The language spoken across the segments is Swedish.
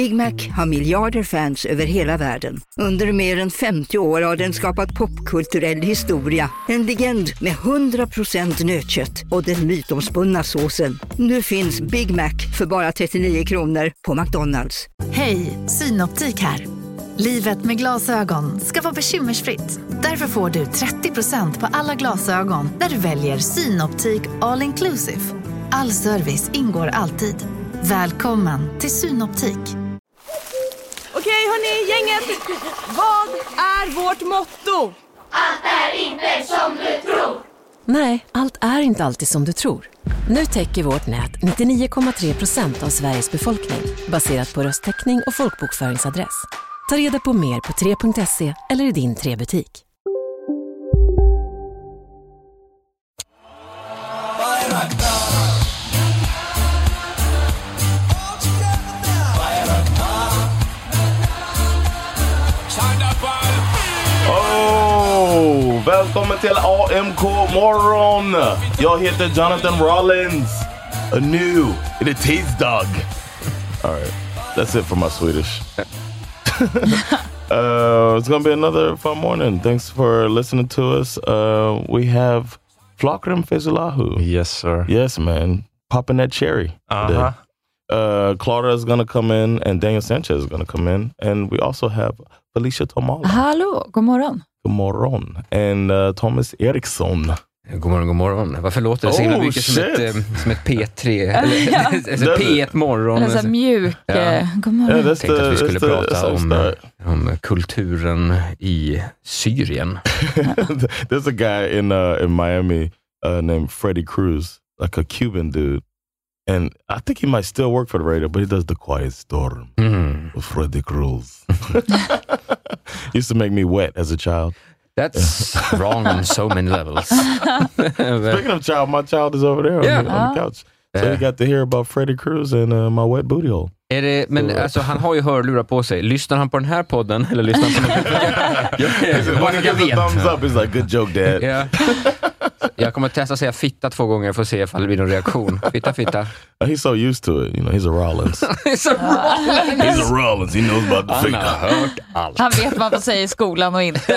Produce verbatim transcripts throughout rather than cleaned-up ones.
Big Mac har miljarder fans över hela världen. Under mer än femtio år har den skapat popkulturell historia. En legend med hundra procent nötkött och den mytomspunna såsen. Nu finns Big Mac för bara trettionio kronor på McDonald's. Hej, Synoptik här. Livet med glasögon ska vara bekymmersfritt. Därför får du trettio procent på alla glasögon när du väljer Synoptik All Inclusive. All service ingår alltid. Välkommen till Synoptik. Okej hörni, gänget. Vad är vårt motto? Allt är inte som du tror. Nej, allt är inte alltid som du tror. Nu täcker vårt nät nittionio komma tre procent av Sveriges befolkning baserat på röstteckning och folkbokföringsadress. Ta reda på mer på tre punkt se eller i din tre-butik. Oh, välkommen till A M K morgon. Jag heter Jonathan Rollins. A new in a taste dog. All right, that's it for my Swedish. uh, it's gonna be another fun morning. Thanks for listening to us. Uh, we have Flockrem Fezullahu. Yes, sir. Yes, man. Popping that cherry. Uh-huh. Uh, Clara is gonna come in and Daniel Sanchez is gonna come in. And we also have Felicia Tomala. Hallå, god morgon. God morgon. And uh, Thomas Eriksson. God morgon, god morgon. Varför låter det så himla Oh, mycket som shit. ett, eh, som ett P tre? Eller alltså P ett morgon. Eller så mjuk, Ja. eh, god morgon. Yeah, Jag tänkte att vi skulle the- prata that's om, the om kulturen i Syrien. There's a guy in uh, in Miami uh, named Freddie Cruz, like a Cuban dude. And I think he might still work for the radio, but he does The Quiet Storm Mm. with Freddie Cruz. Used to make me wet as a child. That's wrong on so many levels. Speaking of child, my child is over there on, Yeah. the, on the couch. So Yeah. he got to hear about Freddie Cruz and uh, my wet booty hole. Är det, men alltså, han har ju hörlurar på sig. Lyssnar han på den här podden? Eller lyssnar han på den här? jag, jag, When he jag gives a vet. thumbs up, he's like, good joke, dad. Ja. Jag kommer att testa att säga fitta två gånger för att se ifall det blir någon reaktion. Fitta, fitta. Uh, He's so used to it. You know, he's a Rollins. Så He's a Rollins. He knows about the han finger. har hört allt. Han vet vad man säger i skolan och inte.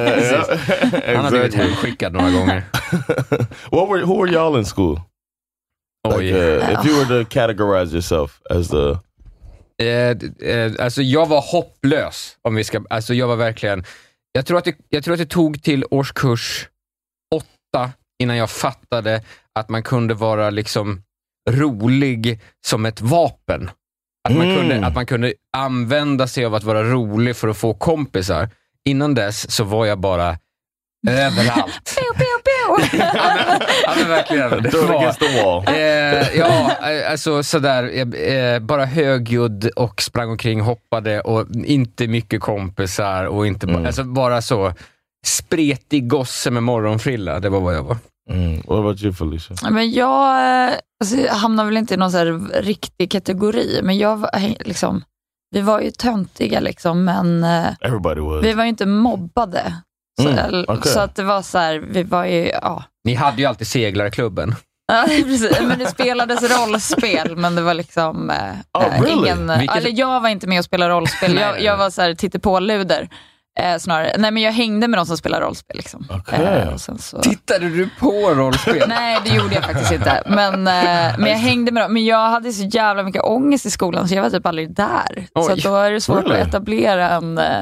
Han har blivit hemskickad några gånger. What were, who were y'all in school? Oj. Like, uh, if you were to categorize yourself as the... Eh, eh, alltså jag var hopplös om vi ska, alltså jag var verkligen jag tror att det, jag tror att det tog till årskurs åtta innan jag fattade att man kunde vara liksom rolig som ett vapen. Att man, Mm. kunde, att man kunde använda sig av att vara rolig för att få kompisar. Innan dess så var jag bara överallt. Pew, pew, pew. Ja, men, ja, men verkligen. Det Throw it var, against the wall. Eh, ja, eh, alltså sådär, eh, bara högljudd och sprang omkring, hoppade och inte mycket kompisar och inte ba- Mm. alltså bara så spretig gosse med morgonfrilla, det var vad jag var. Mm. What about you, Felicia? Men jag, eh, alltså, jag hamnar väl inte i någon så här riktig kategori, men jag var, eh, liksom, vi var ju töntiga liksom, men eh, Everybody was. vi var ju inte mobbade. Så, Mm, okay. så att det var så här, vi var ju, ja. Ni hade ju alltid seglarklubben. Ja, precis. Men det spelades rollspel, men det var liksom eh, Oh, really? ingen... Vilket- Eller jag var inte med och spelade rollspel. Nej, jag, nej, jag nej. var så här tittepåluder eh, snarare. Nej, men jag hängde med de som spelar rollspel liksom. Okay. Eh, och sen så... Tittade du på rollspel? Nej, det gjorde jag faktiskt inte. Men, eh, men jag hängde med dem. Men jag hade så jävla mycket ångest i skolan, så jag var typ aldrig där. Oj, så att då är det svårt really? att etablera en, eh,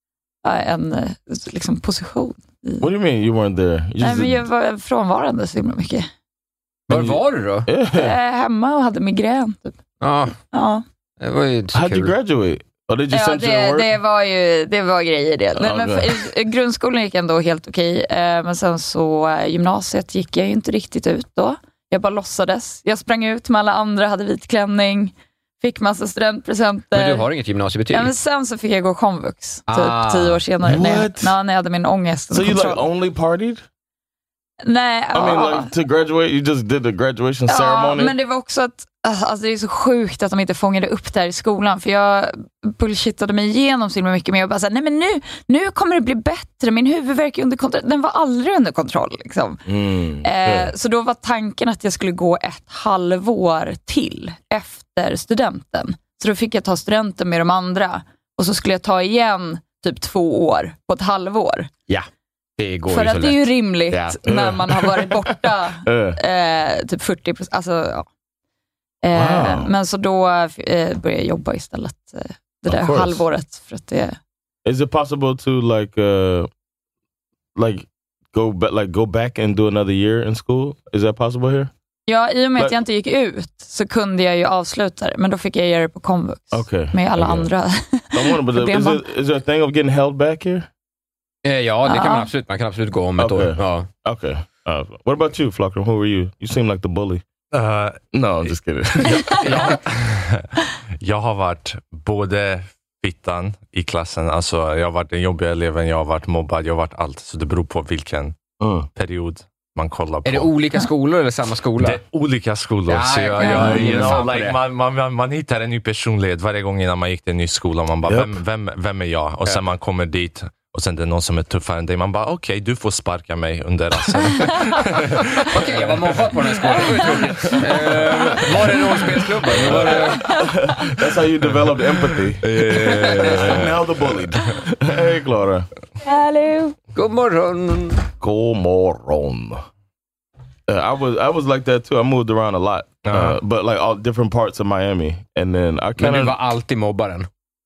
en eh, liksom position. I... What do you mean you weren't there? You Nej, just- men jag var frånvarande så himla mycket. Var var du då? Yeah. Eh, hemma och hade migrän typ. Ja, Ja. det var ju inte så How'd you kul. graduate? Oh, did you Ja, send you to det, work? det var ju det var grejer det. Nej, men Okay. för, i- grundskolan gick ändå helt okej, eh, men sen så eh, gymnasiet gick jag ju inte riktigt ut då. Jag bara låtsades. Jag sprang ut med alla andra, hade vit klänning, fick massa studentpresenter. Men du har inget gymnasiebetyg? Ja, men sen så fick jag gå komvux typ Ah. tio år senare när jag, What? när jag hade min ångest So under you like kontroll. only partied? Nej, I mean, ja. like to graduate, you just did the graduation Ja, ceremony? men det var också att alltså, det är så sjukt att de inte fångade upp det här i skolan, för jag bullshittade mig igenom så himla mycket med och bara såhär, nej men nu, nu kommer det bli bättre, min huvudvärk är under kontroll. Den var aldrig under kontroll liksom. Mm, eh, yeah. Så då var tanken att jag skulle gå ett halvår till efter studenten, Så då fick jag ta studenten med de andra. Och så skulle jag ta igen typ två år på ett halvår. Ja, det går För ju att så det är ju lätt. rimligt Ja. när man har varit borta eh, typ fyrtio procent. Alltså, ja. eh, Wow. Men så då eh, började jag jobba istället. Eh, det Of där course. halvåret. För att det... Is it possible to like uh like go back like go back and do another year in school? Is that possible here? Ja, i och med But- att jag inte gick ut så kunde jag ju avsluta det. Men då fick jag göra det på komvux. Okay. Med alla Okay. andra. I wonder, but is, Problem. it, is there a thing of getting held back here? Eh, ja, det kan Ja. man absolut. Man kan absolut gå om ett Okay. år. Ja. Okay. Uh, what about you, Flocker? Who were you? You seem like the bully. Uh, No, I'm just kidding. jag, jag har varit både fittan i klassen, alltså jag har varit den jobbiga eleven, jag har varit mobbad, jag har varit allt. Så det beror på vilken Mm. period man kollar på. Är det olika skolor eller samma skola? Det är olika skolor. Ja, så jag jag, kan- jag, jag you ger know, fan på like, det. man, man, man, man hittar en ny personlighet varje gång innan man gick till en ny skola. Man bara, Yep. vem, vem, vem är jag? Och sen man kommer dit och sen det är någon som är tuffare än dig. Man bara, okej, okay, du får sparka mig under rasten. Okej, okay, jag var mobbad på den här skolan. Det var ju tråkigt. Eh, var det rollspelsklubben? Var det... That's how you developed empathy. Now the bullied. Hey, Clara. Hello. God morgon. God morgon. Uh, I was I was like that too. I moved around a lot, uh, Uh-huh. but like all different parts of Miami, and then I Men kind du of var alltid mobbaren.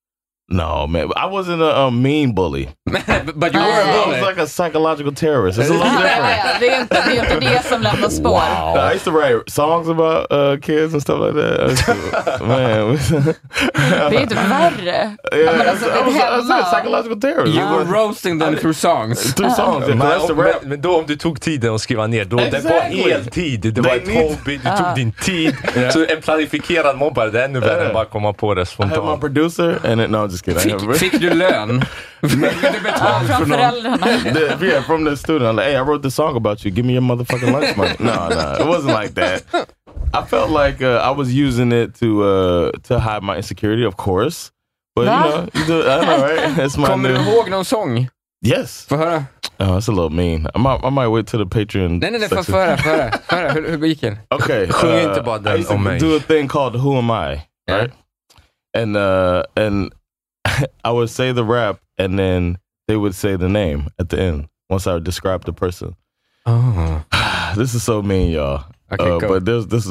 no man. I wasn't a, a mean bully. But you were a I bully. was like a psychological terrorist. It's a little Ja, different. ja, det, är inte, det är inte det som lämnar spår. I used to write songs about uh, kids and stuff like that. I used to- man, Det är inte värre. yeah, men alltså, I, was, I was a hemma. psychological terrorist. You were roasting them through songs. Through songs. Yeah, 'cause I used to men, rap. men då om du tog tiden att skriva ner, då det var Exactly. heltid. Det var They ett need- hobby, du tog din tid. Så en planifierad mobbare, det är ännu värre än bara komma på det I had my spontant. producer, and it, no, I'm just kidding. I have- Fick, fick du lön? Fick du betalt Från från någon? föräldrarna. the, yeah, from the student. I'm like, hey, I wrote this song about you. Give me your motherfucking lunch money. No, no, it wasn't like that. I felt like uh, I was using it to uh, to hide my insecurity, of course. But you know, you do, I know, right? It's my Kommer du new. ihåg någon sång? Yes. Få höra. Oh, it's a little mean. I might, I might wait till the Patreon. Nej, nej, nej. Få section. få höra. Få höra. Få höra. Hur, hur gick den? Okay. Sjung inte bara den I used to om mig. do a thing called Who Am I? Yeah. Right? And uh, and I would say the rap, and then they would say the name at the end once I describe the person. Oh. This is so mean, y'all. Okay, uh, go. but there's this.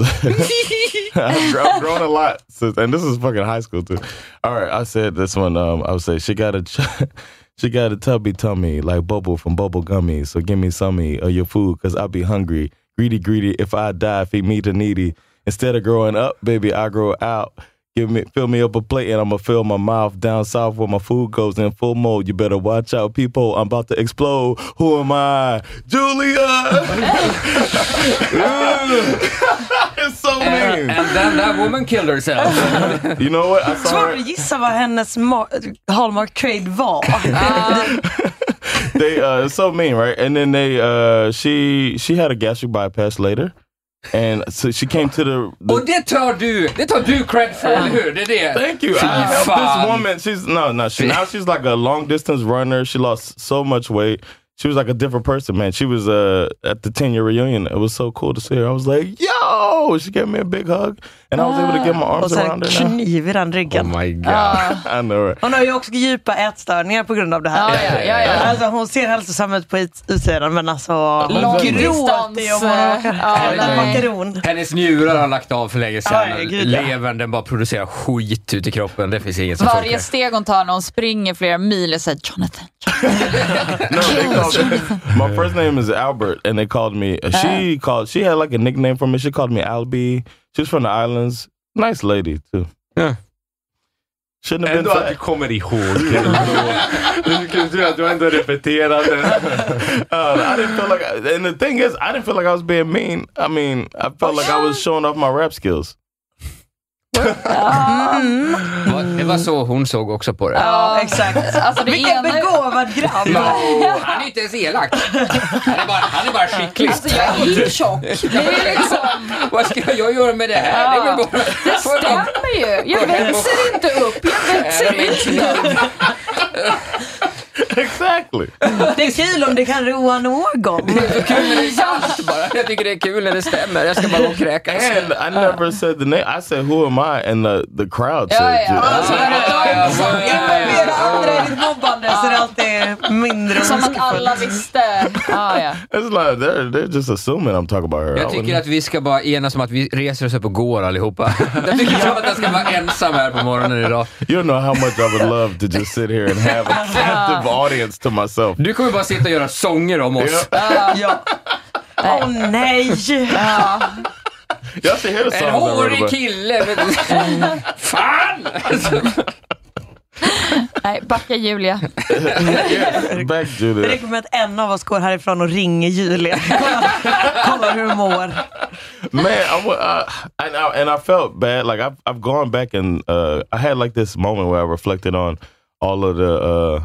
I've, gr- I've grown a lot since, and this is fucking high school too. All right, I said this one. Um, I would say she got a, ch- she got a tubby tummy like Bubble from Bubble Gummies. So give me some of your food, cause I'll be hungry. Greedy, greedy. If I die, feed me the needy. Instead of growing up, baby, I grow out. Give me, fill me up a plate, and I'ma fill my mouth down south where my food goes in full mode. You better watch out, people. I'm about to explode. Who am I, Julia? It's so mean. And, and then that woman killed herself. You know what? I saw Svårt her. att gissa vad hennes ma- Hallmark trade var. They uh, it's so mean, right? And then they uh, she she had a gastric bypass later, and so she came to the. the Och det tar du, det tar du cred för, eller hur? Det är det. Thank you. I Fy helped fan. this woman. She's no, no. She now she's like a long distance runner. She lost so much weight. She was like a different person, man. She was uh, at the ten year reunion. It was so cool to see her. I was like, yo! She gave me a big hug, and I was able to get my Och arms sen around her. Now. kniv i den ryggen. Oh my god. I know, right? Hon har ju också djupa ätstörningar på grund av det här. Ja, ja, ja, ja. Alltså, hon ser hälsosam ut på ut- utsidan, men alltså hon Långdistans, gråter ju om hon råkar ja, äta en nej. makaron. Hennes njurar har lagt av för länge sedan. Ja, gud, ja. Levern, den bara producerar skit ut i kroppen. Det finns inget som Varje funkar. steg hon tar när hon springer flera mil och säger Jonathan. No, they called my first name is Albert, and they called me. Uh, she called. She had like a nickname for me. She called me Albie. She was from the islands. Nice lady too. Yeah. Shouldn't have Ändå been att du fat. kommer ihåg. Du har ändå repeterat det. Uh, I didn't feel like, I, and the thing is, I didn't feel like I was being mean. I mean, I felt like I was showing off my rap skills. Va- Det var så hon såg också på det. Ja, exakt. Alltså det Vilken ena... begåvad grabb. Jo, han är inte ens elak. Han är bara, han är bara skicklig. Alltså jag är ju tjock. Det är liksom... Vad ska jag göra med det här? Det är väl bara... Det stämmer ju. Jag växer inte upp. Jag växer inte upp. Exactly. Det det är kul om det kan roa någon. Det är kul när det är sant bara. Jag tycker det är kul när det stämmer. Jag ska bara gå och kräkas. And I never said the name. I said, who am I? And the, the crowd Ja, said, ja. it. Alltså, Involvera andra i ditt mobbande så det är alltid mindre som att alla ondskefullt. visste. Ah, ja. It's like they're, they're just assuming I'm talking about her. Jag I tycker wouldn't- att vi ska bara enas om att vi reser oss upp och går allihopa. Jag tycker inte att jag ska vara ensam här på morgonen idag. You don't know how much I would love to just sit here and have a captive audience to myself. Du kommer bara sitta och göra sånger om oss. Ja. Åh oh, nej! Ja. Y'all should hear the En songs I wrote hårig about. kille. Fan! Nej, backa Julia. Yes, back Det Julia. räcker med att en av oss går härifrån och ringer Julia. Kolla, kolla hur hon mår. Man, I, wa- uh, and, I, and I felt bad. Like I've I've gone back and uh, I had like this moment where I reflected on all of the uh,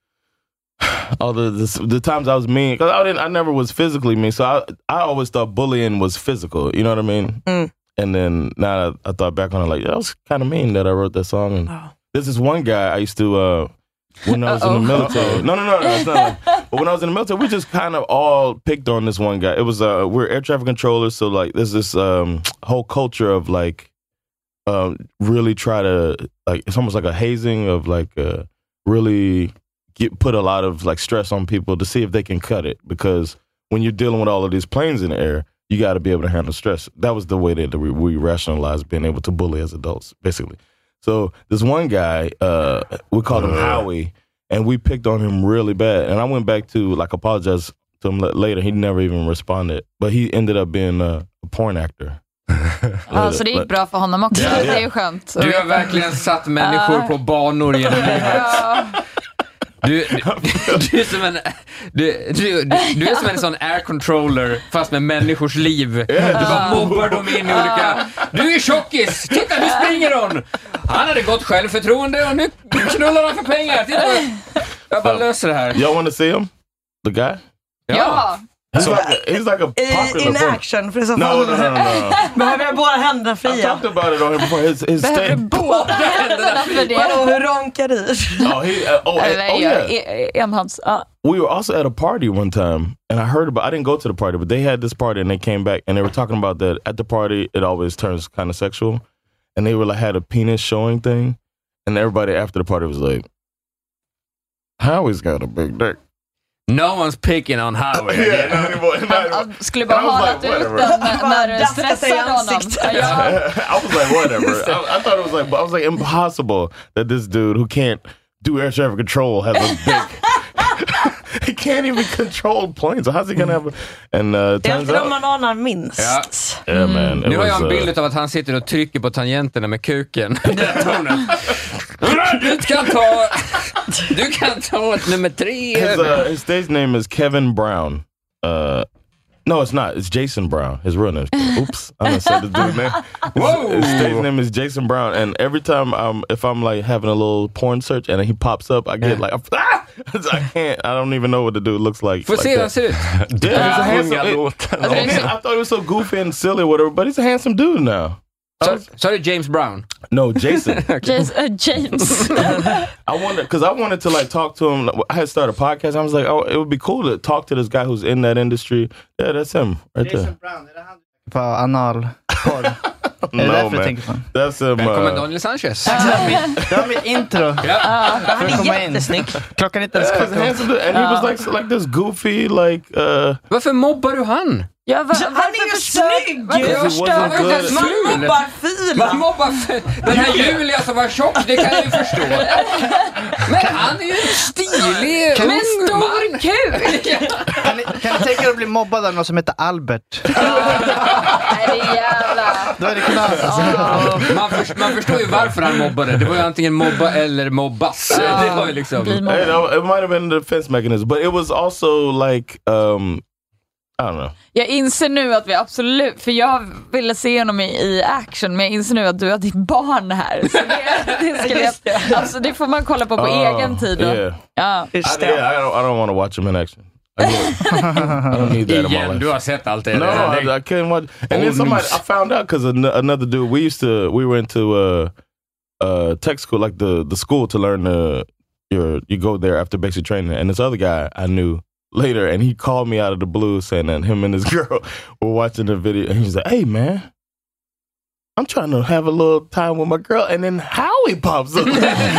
all the, the the times I was mean. Cause I didn't, I never was physically mean. So I I always thought bullying was physical. You know what I mean? Mm. And then now I, I thought back on it, like that was kind of mean that I wrote that song. And Oh. this is one guy I used to uh, when I was Uh-oh. in the military. No, no, no, no. It's not like, but when I was in the military, we just kind of all picked on this one guy. It was uh, we're air traffic controllers, so like there's this um, whole culture of like um, really try to like it's almost like a hazing of like uh, really get put a lot of like stress on people to see if they can cut it, because when you're dealing with all of these planes in the air, you got to be able to handle stress. That was the way that we, we rationalized being able to bully as adults, basically. So this one guy, uh, we called him Howie, and we picked on him really bad. And I went back to like apologize to him la- later. He never even responded, but he ended up being uh, a porn actor. Ja, så det gick bra för honom också. Ja, ja. Det är ju skönt. Du har verkligen satt människor på banor genom livet. Ja. Du, du, du, är som en, du, du, du är som en sån air controller fast med människors liv. Du bara mobbar dem in i olika... Du är tjockis! Titta, nu springer hon! Han hade gott självförtroende och nu knullar han för pengar. Titta! Jag bara löser det här. Y'all want to see him? The guy? Ja. He's like a, he's like a I, popular in porn- action, för i så No, fall no, no, no, no. behöver jag båda händerna I fria. talked about it on him before. His, his Behöver du stand- båda händerna för det? Vadå, hur ronkar du? Oh, he, uh, oh, Eller oh, jag, yeah. e- enhands. Ja. We were also at a party one time, and I heard about. I didn't go to the party, but they had this party, and they came back, and they were talking about that at the party. It always turns kind of sexual, and they were like had a penis showing thing, and everybody after the party was like, "Howie's got a big dick." No one's picking on Howie. Yeah, not anymore. Not Han, anymore. han skulle bara And I was halat like, ut whatever. den när- när du Daska sig i stressade honom. ansiktet. Ja. I was like, whatever. I, I thought it was like, I was like, impossible that this dude who can't do air traffic control has a dick. He can't even control planes. So how's he gonna have? A, and uh, Det är turns alltid de out, man anar minst. Ja. yeah, man. It Nu har jag was, en uh, bild av att han sitter och trycker på tangenterna med kuken. Du kan ta... Du kan ta ett nummer tre. His, uh, his stage name is Kevin Brown. Uh, no, it's not. It's Jason Brown. His real name. Oops, I done said the dude's name. His, Whoa. his stage name is Jason Brown. And every time, um, if I'm like having a little porn search and he pops up, I get like, ah! I can't. I don't even know what the dude looks like. Får like se hur han that. ser ut. Yeah, he's a handsome. Sjunga It, låten. I, mean, I thought he was so goofy and silly, or whatever. But he's a handsome dude now. Så, så är det James Brown. No, Jason. James, uh, James. I wanted because I wanted to like talk to him. I had started a podcast. I was like, oh, it would be cool to talk to this guy who's in that industry. Yeah, that's him right there. På analporr. Är det No, därför du man. tänker på? That's him. Välkommen Uh, Daniel Sanchez. Det var mitt, det var mitt intro. Ja. Han För att komma är in. jättesnygg. Klockan är inte ens yeah, he's klockan. handsome dude. And he was like so, like this goofy like. Uh, Varför mobbar du han? Ja, va, Han är ju snygg! Varför He förstör wasn't du good. det? Man mobbar Man fila. mobbar för... Den här Julia som var tjock, det kan jag ju förstå. Men han är ju en stilig Med ung stor man. kuk! Kan ni, kan ni tänka er att bli mobbad av någon som heter Albert? Nej, det är jävla... Då är det knas alltså. Man, för, man förstår ju varför han mobbade. Det var ju antingen mobba eller mobbas. Det var ju liksom... Bli you mobbad. know, it might have been a defense mechanism, but it was also like um, I don't know. Jag inser nu att vi absolut, för jag ville se honom i, i action, men jag inser nu att du har ditt barn här. Så det, det, skulle jag, alltså, det får man kolla på på Oh, egen tid. Då. yeah. Ja. I, yeah, I don't. I don't want to watch him in action. I, get it. I don't need that in my Igen, life. du har sett allt det. No, I, I couldn't watch. And then Old somebody, news. I found out because an- another dude. We used to. We went to uh, uh, tech school, like the the school to learn the your. You go there after basic training, and this other guy I knew later, and he called me out of the blue saying that him and his girl were watching the video, and he's like, "Hey, man, I'm trying to have a little time with my girl," and then Howie pops up.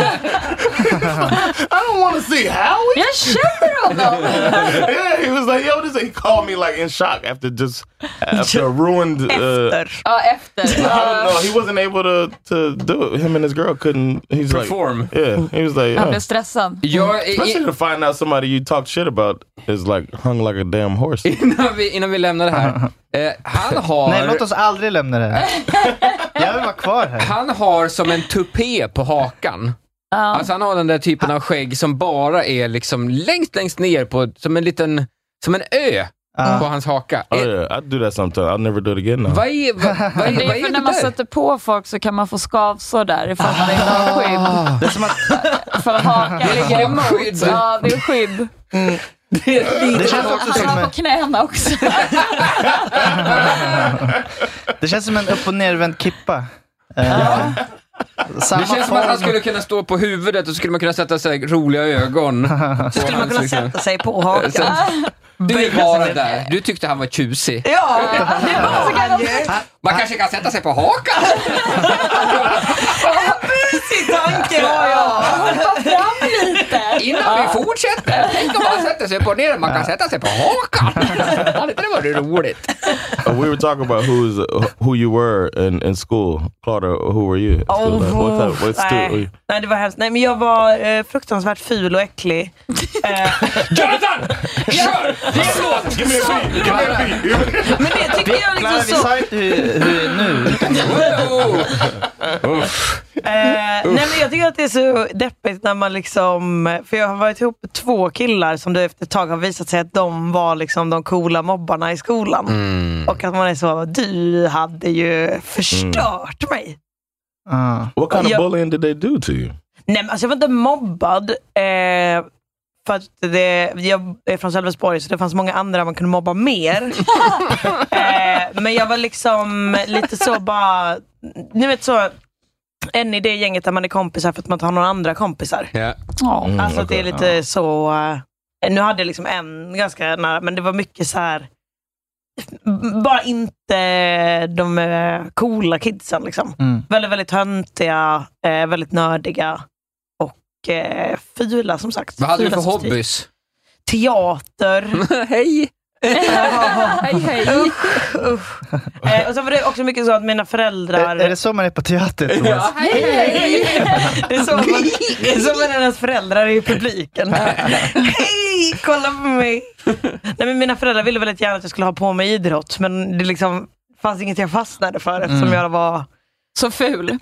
I don't want to see Howie. Jag känner honom. Yeah, he was like, "Yo, this." He called me like in shock after just after a ruined. Uh, Efter. Ja, efter. I don't know. He wasn't able to to do it. Him and his girl couldn't. He's Perform. Like, yeah, he was like, yeah. Han blev stressad. Jag, Especially to find out somebody you talk shit about is like hung like a damn horse. innan, vi, innan vi lämnar det här. Eh, han har... Nej, låt oss aldrig lämna det här. Jag vill vara kvar här. Han har som en tupé på hakan. Ja. Alltså han har den där typen av skägg som bara är liksom längst, längst ner på, som en liten, som en ö uh. på hans haka. Oh yeah, I do that sometimes. I'll never do it again now. Vad är, vad, vad, vad är, det är för vad är när man där? sätter på folk så kan man få skavsår där ifall man inte har skydd. Det är som att... För hakan ligger emot. Skydd. Ja, det är skydd. Mm. Det, det känns också Han som har en, på knäna också. det känns som en upp- och nervänd kippa. Uh, Det känns som att han skulle kunna stå på huvudet och så skulle man kunna sätta sig roliga ögon. Så skulle man kunna sätta sig på hakan. Du var där. Du tyckte han var tjusig. Ja, det var så kan man Man kanske kan sätta sig på hakan. Mysig tanke har jag. Hoppa fram lite. Innan vi fortsätter. Tänk om man sätter sig på ner. Man kan sätta sig på hakan. Det var det roligt. Uh, we were talking about who's uh, who you were in, in school. Claudia, who were you? Oh, Like, what type, what nej. stu- nej, det var hemskt. Nej, men jag var eh, fruktansvärt ful och äcklig. Eh, Jonathan! Kör! Det är slåt! Give me a beat. Give me a beat. men det tycker jag Klara, liksom vi så... sa inte hur, hur det är nu. Eh, nej, men jag tycker att det är så deppigt när man liksom... För jag har varit ihop med två killar som det efter ett tag har visat sig att de var liksom de coola mobbarna i skolan. Mm. Och att man är så, du hade ju förstört mm. mig. Uh. What kind of Jag- bullying did they do to you? Nej, men alltså jag var inte mobbad. Eh, för att det, jag är från Sölvesborg så det fanns många andra man kunde mobba mer. eh, men jag var liksom lite så bara... Ni vet så... En i det gänget där man är kompisar för att man tar några andra kompisar. Ja. Ja. Mm, Alltså okay. det är lite så... eh, nu hade jag liksom en ganska nära, men det var mycket så här... Bara inte de eh, coola kidsen liksom. Mm. Väldigt, väldigt töntiga, eh, väldigt nördiga och eh, fula som sagt. Vad hade du Fula för som stil. hobbys? Teater. Hej! Hej, hej. Usch, usch. Eh, och så var det också mycket så att mina föräldrar... Är, är det så man är på teater, Thomas? Hej, hej. Det är så man, det är så man är hennes föräldrar i publiken. Hej, kolla på mig. Nej, men mina föräldrar ville väldigt gärna att jag skulle ha på mig idrott, men det liksom fanns inget jag fastnade för eftersom Mm. jag var... Så ful.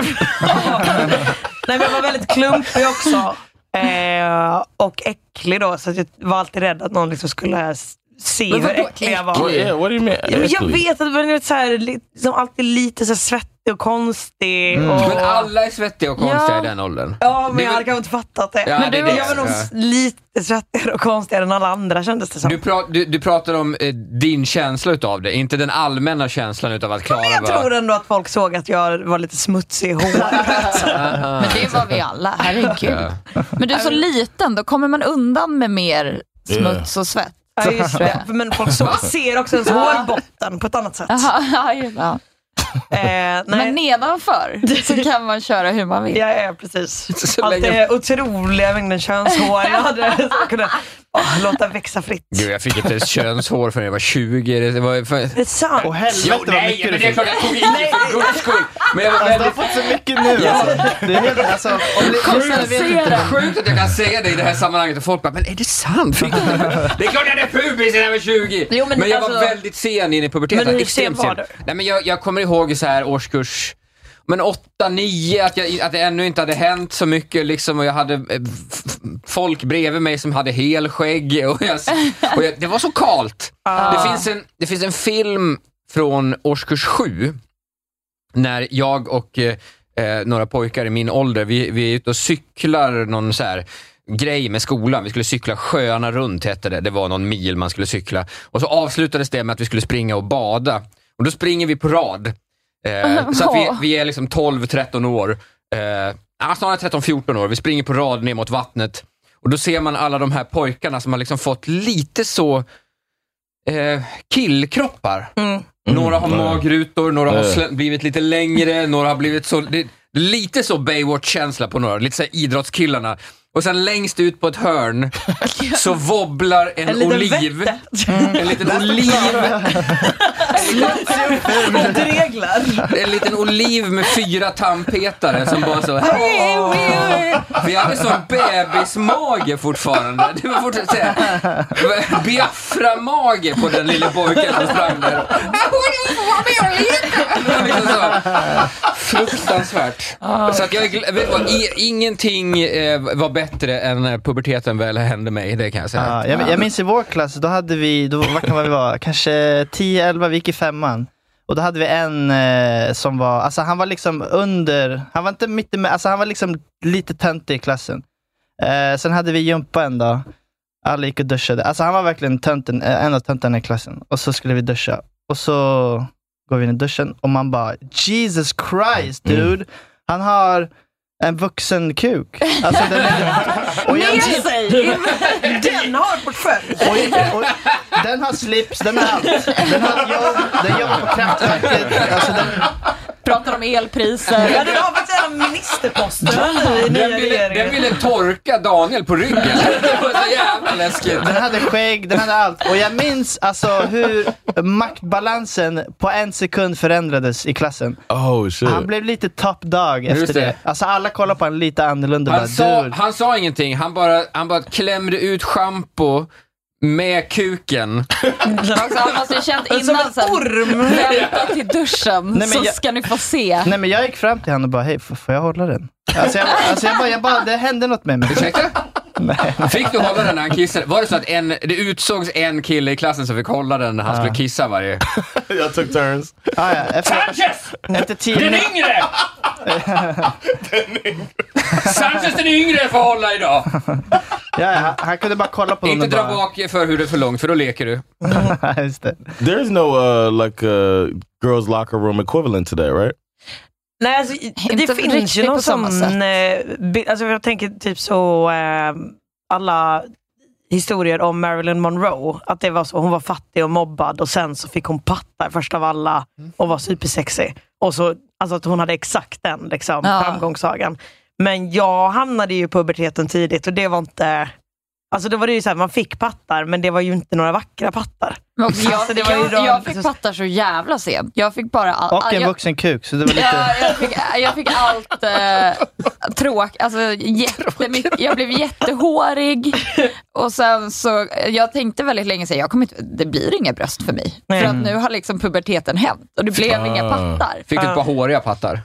Nej, men jag var väldigt klumpig också. Eh, och äcklig då, så att jag var alltid rädd att någon liksom skulle s- se Men hur vadå äcklig jag var. Well, yeah, what do you mean? Ja, men jag Actually? vet att man är så här, li- som alltid lite så här svettig och konstig. Mm. Och... Men alla är svettiga och konstiga Ja. i den åldern. Ja, men Det är jag väl- hade kanske inte fattat det. Ja, men det är du, det. jag var nog Ja. lite svettigare och konstigare än alla andra, kändes det som. Du, pra- du, du pratar om eh, din känsla utav det, inte den allmänna känslan utav att Klara Men jag var... tror ändå att folk såg att jag var lite smutsig i håret. Men det var vi alla, herregud. Ja. Men du är så liten, då kommer man undan med mer smuts och svett. Ja, just det. Men folk så, ser också ens hårbotten på ett annat sätt. Jaha, ja, ja. Eh, nej. Men nedanför så kan man köra hur man vill. Ja, ja, precis. Så Allt länge- det otroliga mängden könshår jag hade så jag kunde åh, låta växa fritt. Gud, jag fick inte könshår förrän jag var tjugo. Det var för... Det är sant. Åh helvete Jo, vad nej, mycket men du det är fick. klart jag tog i för guds skull. Men jag var Alltså, du har väldigt... fått så mycket nu alltså. Det är helt, alltså, om det, lyssnarna vet inte. Sjukt att jag kan säga det i det här sammanhanget och folk bara, men är det sant? Fick du inte? Det är klart jag hade pubis när jag var tjugo. Jo, men men jag alltså- var väldigt sen in i puberteten. Men hur Extremt sen var sen. du? Nej, men jag, jag kommer ihåg så här årskurs men åtta, nio, att, jag, att det ännu inte hade hänt så mycket liksom, och jag hade eh, f- f- folk bredvid mig som hade helskägg och, jag, och jag, det var så kalt. Ah. Det, finns en, det finns en film från årskurs sju när jag och eh, eh, några pojkar i min ålder, vi, vi är ute och cyklar någon så här grej med skolan. Vi skulle cykla Sjöarna runt, hette det. Det var någon mil man skulle cykla. Och så avslutades det med att vi skulle springa och bada. Och då springer vi på rad. Eh, så att vi, vi är liksom tolv tretton år. Eh, ja, snarare tretton fjorton år. Vi springer på rad ner mot vattnet. Och då ser man alla de här pojkarna som har liksom fått lite så eh, killkroppar. Mm. Några har Mm. magrutor, några har Mm. slä- blivit lite längre, några har blivit så... Det, lite så Baywatch-känsla på några, lite så här idrottskillarna. Och sen längst ut på ett hörn så wobblar en, En oliv. liten En liten oliv. Och dreglar. En liten oliv med fyra tandpetare som bara så... Vi hade sån bebismage fortfarande. Det var fortfarande såhär Biafra-mage på den lilla pojken som sprang där. Det var liksom så fruktansvärt. Så att jag vet du vad, i, ingenting eh, var bättre än när puberteten väl hände mig, det kan jag säga. Ja, jag, jag minns i vår klass, då hade vi, då, vad kan vi vara, kanske tio elva, vi gick i femman. Och då hade vi en eh, som var, alltså han var liksom under, han var inte mitt med, alltså han var liksom lite töntig i klassen. Eh, sen hade vi jumpa en dag, alla gick och duschade. Alltså han var verkligen tönten, eh, en av töntarna i klassen. Och så skulle vi duscha. Och så går vi in i duschen och man bara, Jesus Christ dude, mm. han har en vuxen kuk. Alltså den är... Och jag... Med sig! Den har portfölj. Och, och, den har slips, den har allt. Den har jobb, den jobbar på Kraftverket. Alltså den... Pratar om elpriser. Ja, den har faktiskt en ministerposter i nya Den ville, den regeringen. ville torka Daniel på ryggen. Det var så jävla läskigt. Den hade skägg, den hade allt. Och jag minns alltså hur maktbalansen på en sekund förändrades i klassen. Oh shit. Han blev lite top dog Just efter det. det. Alltså alla kollar på honom lite annorlunda. Han bara, sa, dude. han sa ingenting, han bara, han bara klämde ut shampoo med kuken. Alltså, han måste ju känt Som innan en så här, orm. vänta till duschen. Nej, men så jag- ska ni få se. Nej men jag gick fram till honom och bara, hej, f- får jag hålla den? Alltså jag, alltså jag bara, jag bara, det hände något med mig. Ursäkta? Nej. Fick du hålla den när han kissade? Var det så att en, det utsågs en kille i klassen som fick hålla den när han skulle kissa varje? Jag took turns. Ah, ja, efter, Sanchez! efter tio Den minuter. yngre! Sanchez den yngre får hålla idag. Ja, han, han kunde bara kolla på Inte dem och dra bara... bak för hur det är för långt, för då leker du. Just det. There's no uh, like uh, girls locker room equivalent to that, right? Nej, alltså, det Inte finns riktigt ju någon på samma sån... sätt. Eh, bild, alltså jag tänker typ så... Eh, alla historier om Marilyn Monroe. Att det var så, hon var fattig och mobbad och sen så fick hon pattar först av alla och var supersexy. Och så, alltså att hon hade exakt den liksom, Ja. framgångssagan. Men jag hamnade ju i puberteten tidigt och det var inte... Alltså då var det ju så här, man fick pattar men det var ju inte några vackra pattar. Men också, jag, Alltså, det var ju jag, de- jag fick pattar så jävla sent. Jag fick bara... All, Och en jag, vuxen kuk, så det var lite... Ja, jag, fick, jag fick allt eh, tråk, alltså jättemycket. Jag blev jättehårig och sen så, jag tänkte väldigt länge så jag kommer inte, det blir inga bröst för mig. Nej. För att nu har liksom puberteten hänt och det blev Ah. inga pattar. Fick du ett par håriga pattar?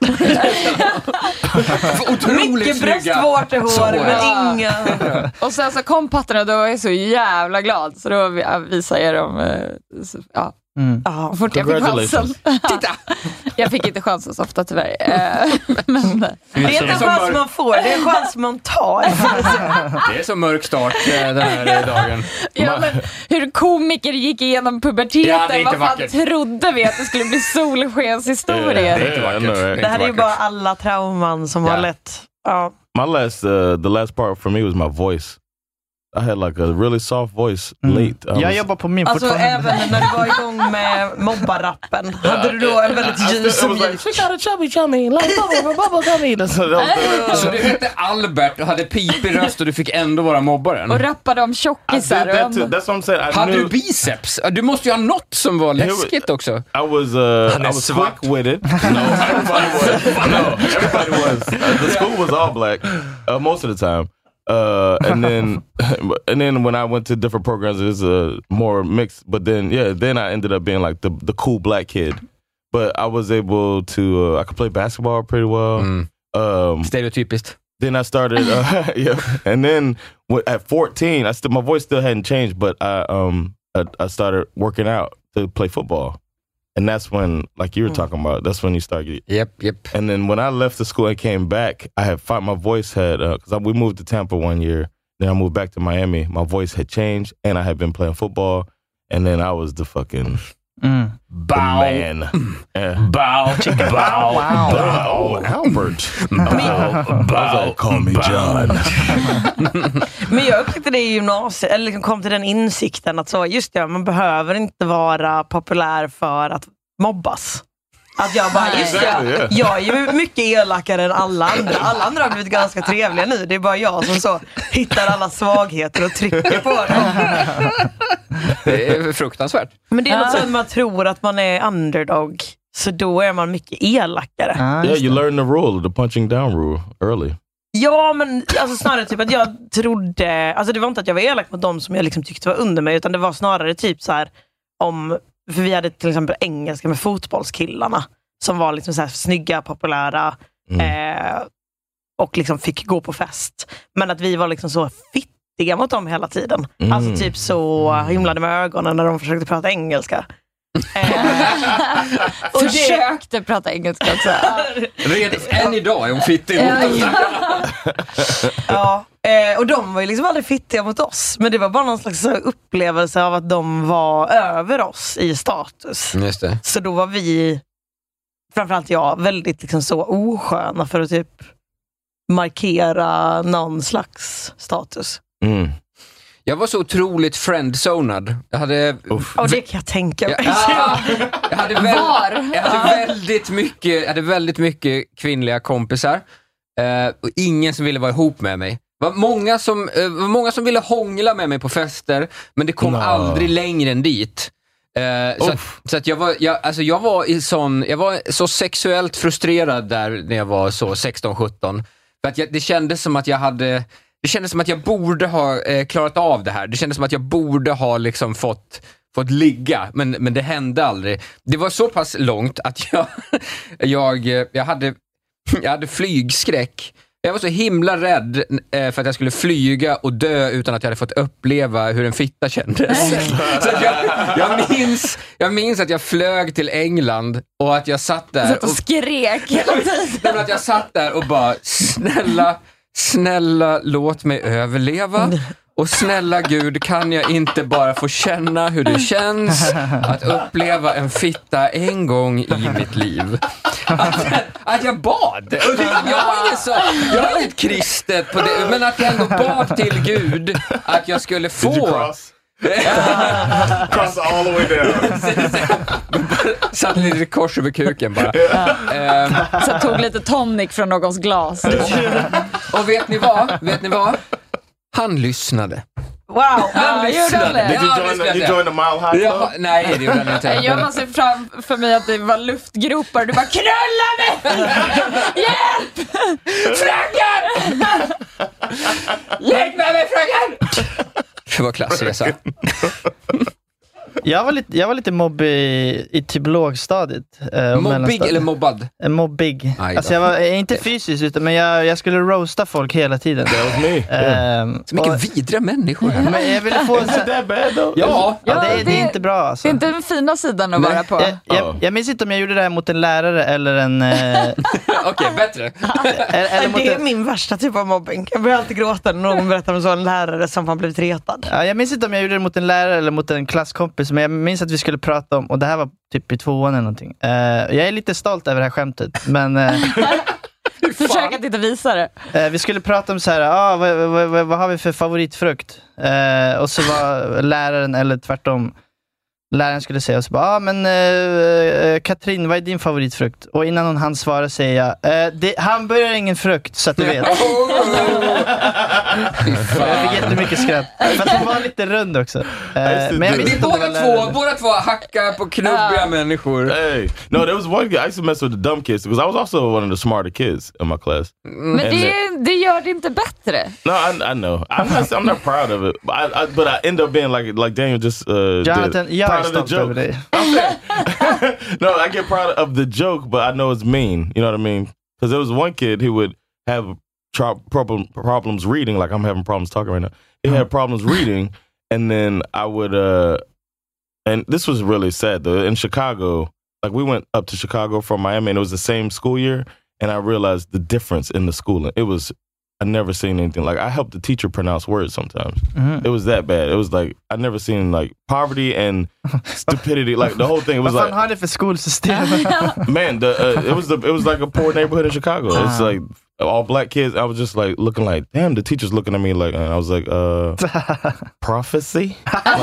Otroligt Mycket snygga. bröstvårtor, Så, men ja. inga... Och sen så kom pattarna och då var jag så jävla glad. Så då visade jag dem, eh, så, ja. Mm. Ja, Fort jag fick chansen. Titta! Jag fick inte chansen så ofta tyvärr. Eh, Men, det är inte en som chans mörk- man får, det är en chans man tar. Det är så mörk start eh, den här eh, dagen. ja, men hur komiker gick igenom puberteten. Ja, det är inte Vad fan vackert. trodde vi att det skulle bli solskenshistorier? Det är inte vackert. I know, right? Det är Det här är ju vackert. bara alla trauman som Ja. har lett. Ja. My last, uh, the last part for me was my voice. I had like a really soft voice Mm. late. I Jag was- jobbar på min Alltså fortfarande. även när du var igång med mobbarappen, hade du då en väldigt ljus och It was like, mjuk... she got a chubby chummy, like bubble, bubble gummy. That's what that was. Så du hette Albert och hade pipig röst och du fick ändå vara mobbaren? Och rappade om I did tjockisar. that och too. om- That's what I'm saying. I Hade knew du biceps? Du måste ju ha något som var läskigt också. I was uh, Han I är was svart. quick-witted. No, everybody was. No, everybody was. Uh, the school was all black uh, most of the time. Uh, and then, and then when I went to different programs, it was uh, more mixed. But then, yeah, then I ended up being like the the cool black kid. But I was able to. Uh, I could play basketball pretty well. Mm. Um, Stereotypiskt. then I started, uh, yeah, and then w- at fourteen, I still my voice still hadn't changed, but I um I, I started working out to play football, and that's when, like you were talking about, that's when you start getting. Yep, yep. And then when I left the school and came back, I had found my voice had because we moved to Tampa one year. Then I moved back to Miami. My voice had changed, and I had been playing football, and then I was the fucking Mm. the Bow. man. Uh, Bow. Bow. Bow, Albert. Bow. I was like, call me John. Men jag upptäckte det i gymnasiet, eller liksom kom till den insikten att så, just det, man behöver inte vara populär för att mobbas. Att jag bara, just det, jag är ju mycket elakare än alla andra. Alla andra har blivit ganska trevliga nu. Det är bara jag som så hittar alla svagheter och trycker på dem. Det är fruktansvärt. Men det är något så att man tror att man är underdog. Så då är man mycket elakare. Ah, yeah, you learn the rule, the punching down rule early. Ja, men alltså snarare typ att jag trodde... Alltså det var inte att jag var elak mot dem som jag liksom tyckte var under mig, utan det var snarare typ så här om... För vi hade till exempel engelska med fotbollskillarna som var liksom så här snygga, populära mm. eh, och liksom fick gå på fest. Men att vi var liksom så fittiga mot dem hela tiden. Mm. Alltså typ så himlade med ögonen när de försökte prata engelska. och försökte det... prata engelska också. Redan än idag är hon fittig mot oss. Ja, eh, och de var ju liksom aldrig fittiga mot oss. Men det var bara någon slags upplevelse av att de var över oss i status. Just det. Så då var vi, framförallt jag, väldigt liksom så osköna för att typ markera någon slags status. Mm. Jag var så otroligt friendzonad. Jag hade... Och det kan jag tänka mig. Jag, ja, jag, hade, väl, jag, hade väldigt mycket, jag hade väldigt mycket kvinnliga kompisar. Eh, och ingen som ville vara ihop med mig. Det var många som, eh, var många som ville hångla med mig på fester. Men det kom no. aldrig längre än dit. Eh, så, att, så att jag var, jag, alltså jag var i sån, jag var så sexuellt frustrerad där när jag var så sexton sjutton. För att jag, det kändes som att jag hade... Det kändes som att jag borde ha eh, klarat av det här. Det kändes som att jag borde ha liksom fått, fått ligga. Men, men det hände aldrig. Det var så pass långt att jag, jag, jag, hade, jag hade flygskräck. Jag var så himla rädd eh, för att jag skulle flyga och dö utan att jag hade fått uppleva hur en fitta kändes. Så att jag, jag, minns, jag minns att jag flög till England och att jag satt där. Satt och skrek hela tiden. Att jag satt där och bara, snälla... Snälla, låt mig överleva. Och snälla Gud, kan jag inte bara få känna hur det känns att uppleva en fitta en gång i mitt liv. Att, att jag bad. Och det, jag har inget så, jag har inget kristet på det, men att jag ändå bad till Gud att jag skulle få... Cross all the way down. Satt lite kors över kuken bara. uh, Så tog lite tonic från någons glas. Och vet ni vad? Vet ni vad? Han lyssnade. Wow, han lyssnade. Did you join the, you join the Mile High Club? Ja, nej, det gjorde han inte. Jag måste se fram för mig att det var luftgropar. Du bara, knulla mig! Hjälp! Fröken! Lägg med mig, fröken! Det var klassresa. Jag var lite, jag var lite mobbig i, i typ lågstadiet. Eh, mobbig eller mobbad? Eh, mobbig. Alltså jag var inte fysiskt utan men jag, jag skulle roasta folk hela tiden. Det var mig. Eh, Så mycket och, vidriga människor här. Men jag ville få en sån... Ja, ja, ja det, det, det är inte bra alltså. Det är inte den fina sidan att vara på. Jag, jag, jag minns inte om jag gjorde det här mot en lärare eller en... Eh... Okej, okay, bättre. eller, eller mot det är en... min värsta typ av mobbing. Jag börjar alltid gråta när någon berättar om så en lärare som har blivit retad. Ja, jag minns inte om jag gjorde det mot en lärare eller mot en klasskompis. Men jag minns att vi skulle prata om, och det här var typ i tvåan eller någonting. Uh, jag är lite stolt över det här skämtet, men... Uh, Försök att inte visa det. Uh, vi skulle prata om så här, ah, vad, vad, vad, vad har vi för favoritfrukt? Uh, och så var läraren, eller tvärtom, läraren skulle säga och så bara, ah, men uh, Katrin, vad är din favoritfrukt? Och innan hon hann svara säger jag, uh, det, hamburgare är ingen frukt, så att du vet. Jag fick jättemycket skratt. För att hon var lite rund också. Uh, men jag vet inte om båda, två, båda två hackar på knubbiga uh. människor. Hey, no, there was one guy, I used to mess with the dumb kids because I was also one of the smarter kids in my class. Men det, det gör det inte bättre. No, I, I know. I'm not, I'm not proud of it. I, I, but I end up being like like Daniel just uh, Jonathan, did. Proud of the joke. No, I get proud of the joke, but I know it's mean. You know what I mean? Because there was one kid who would have tro- problem, problems reading, like I'm having problems talking right now. He had problems reading, and then I would, uh, and this was really sad though. In Chicago, like we went up to Chicago from Miami, and it was the same school year, and I realized the difference in the schooling. It was, I never seen anything like. I helped the teacher pronounce words sometimes. Mm-hmm. It was that bad. It was like I never seen like poverty and stupidity. Like the whole thing. It was like. Vad fan har det för skolsystem? Man, the, uh, it was the it was like a poor neighborhood in Chicago. It's like all black kids. I was just like looking like, damn, the teacher's looking at me like, and I was like, uh, prophecy.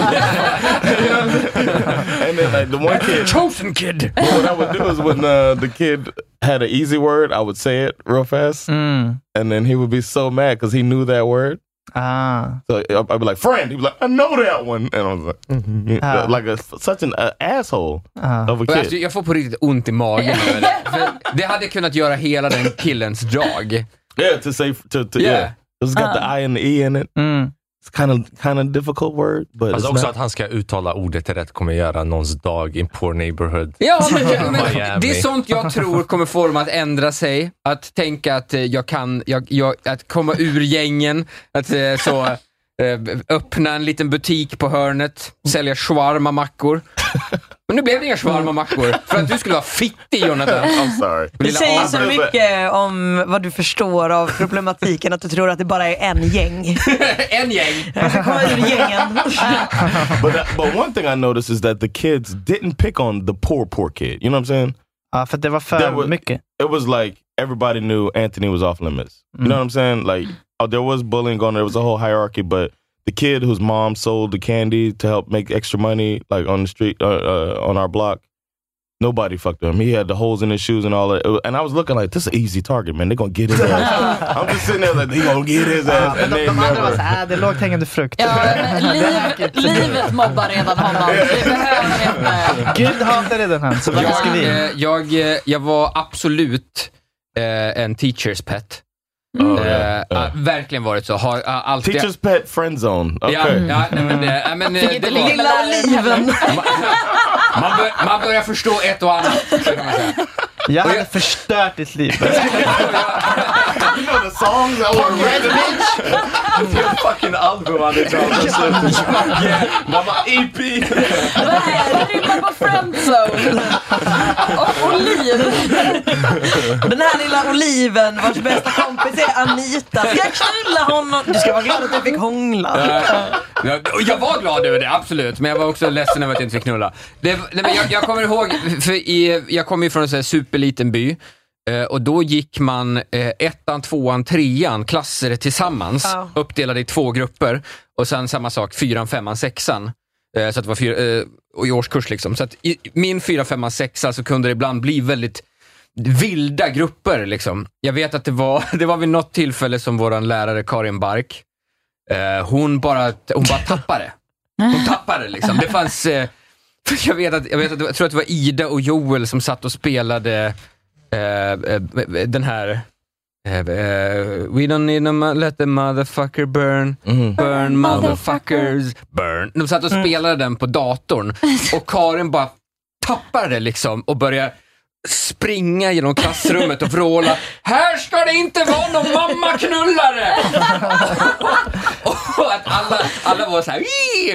And then like the one kid, chosen kid. But what I would do is when uh, the kid had an easy word, I would say it real fast, mm. and then he would be so mad because he knew that word. Ah. So I'd be like, friend. He'd be like, I know that one. And I was like, mm-hmm. ah. like a, such an uh, asshole ah. of a kid. Alltså, jag får på riktigt ont i magen över det. För det hade kunnat göra hela den killens dag. Yeah, to say, to, to yeah. yeah. It's got uh. the I and the E in it. Mm. It's kind of kind of difficult word, but alltså it's också not... att han ska uttala ordet rätt kommer göra någons dag in poor neighborhood. Ja, men, men det är sånt jag tror kommer få dem att ändra sig, att tänka att jag kan jag, jag, att komma ur gängen, att så öppna en liten butik på hörnet, sälja shawarma-mackor. Men nu blev det inga shawarma-mackor för att du skulle vara fittig, Jonathan. I'm sorry. Det säger så mycket om vad du förstår av problematiken, att du tror att det bara är en gäng. En gäng. Jag ska komma ur gängen. but, uh, but one thing I noticed is that the kids didn't pick on the poor, poor kid. You know what I'm saying? Ja, för det var för was, mycket. It was like everybody knew Anthony was off limits. You know what I'm saying? Like, oh, there was bullying going on. There was a whole hierarchy, but the kid whose mom sold the candy to help make extra money, like on the street, uh, uh, on our block, nobody fucked him. He had the holes in his shoes and all that. Was, and I was looking like, this is an easy target, man. They're gonna get his ass. I'm just sitting there like, they gonna get his ass. Ja, and de, they de never... andra var såhär, det är lågt hängande frukt. Ja, liv, livet mobbar redan honom. Vi behöver inte... Gud hatar redan han, så varför jag, ska vi? eh, jag, jag var absolut eh, en teacher's pet. Mm. Oh, yeah, uh, yeah. uh, verkligen varit så. Har, uh, alltid... Teacher's pet friend zone. Okay. Ja, ja, nej, men, äh, men, äh, det var... Lilla oliven. man, bör, man börjar förstå ett och annat, så kan man säga. Jag hade jag... förstört ditt liv. You know the songs that were red bitch. Your fucking album on it. Yeah, mamma E P. Nej, det rimmar på Friendzone. Och oliv. Den här lilla oliven vars bästa kompis är Anita. Ska jag knulla honom? Du ska vara glad att jag fick hångla. Ja, jag var glad över det, absolut. Men jag var också ledsen över att jag inte fick knulla. Det, nej, men jag, jag kommer ihåg, för i, jag kommer ju från en sån här superliten by. Uh, och då gick man uh, ettan, tvåan, trean klasser tillsammans, oh. uppdelade i två grupper, och sen samma sak, fyran, femman, sexan, uh, så att det var fyra, uh, och i årskurs liksom. Så att i min fyra, femman, sexa så kunde det ibland bli väldigt vilda grupper liksom. Jag vet att det var, det var vid något tillfälle som våran lärare Karin Bark, uh, hon bara hon bara tappade. Hon tappade liksom. Det fanns uh, jag vet att jag vet att jag tror att det var Ida och Joel som satt och spelade Uh, uh, den här uh, uh, We don't need no let the motherfucker burn mm. Burn motherfuckers burn. De satt och spelade den på datorn, och Karin bara tappade liksom och började springa genom klassrummet och vråla: här ska det inte vara någon mammaknullare! Och att alla, alla var så här.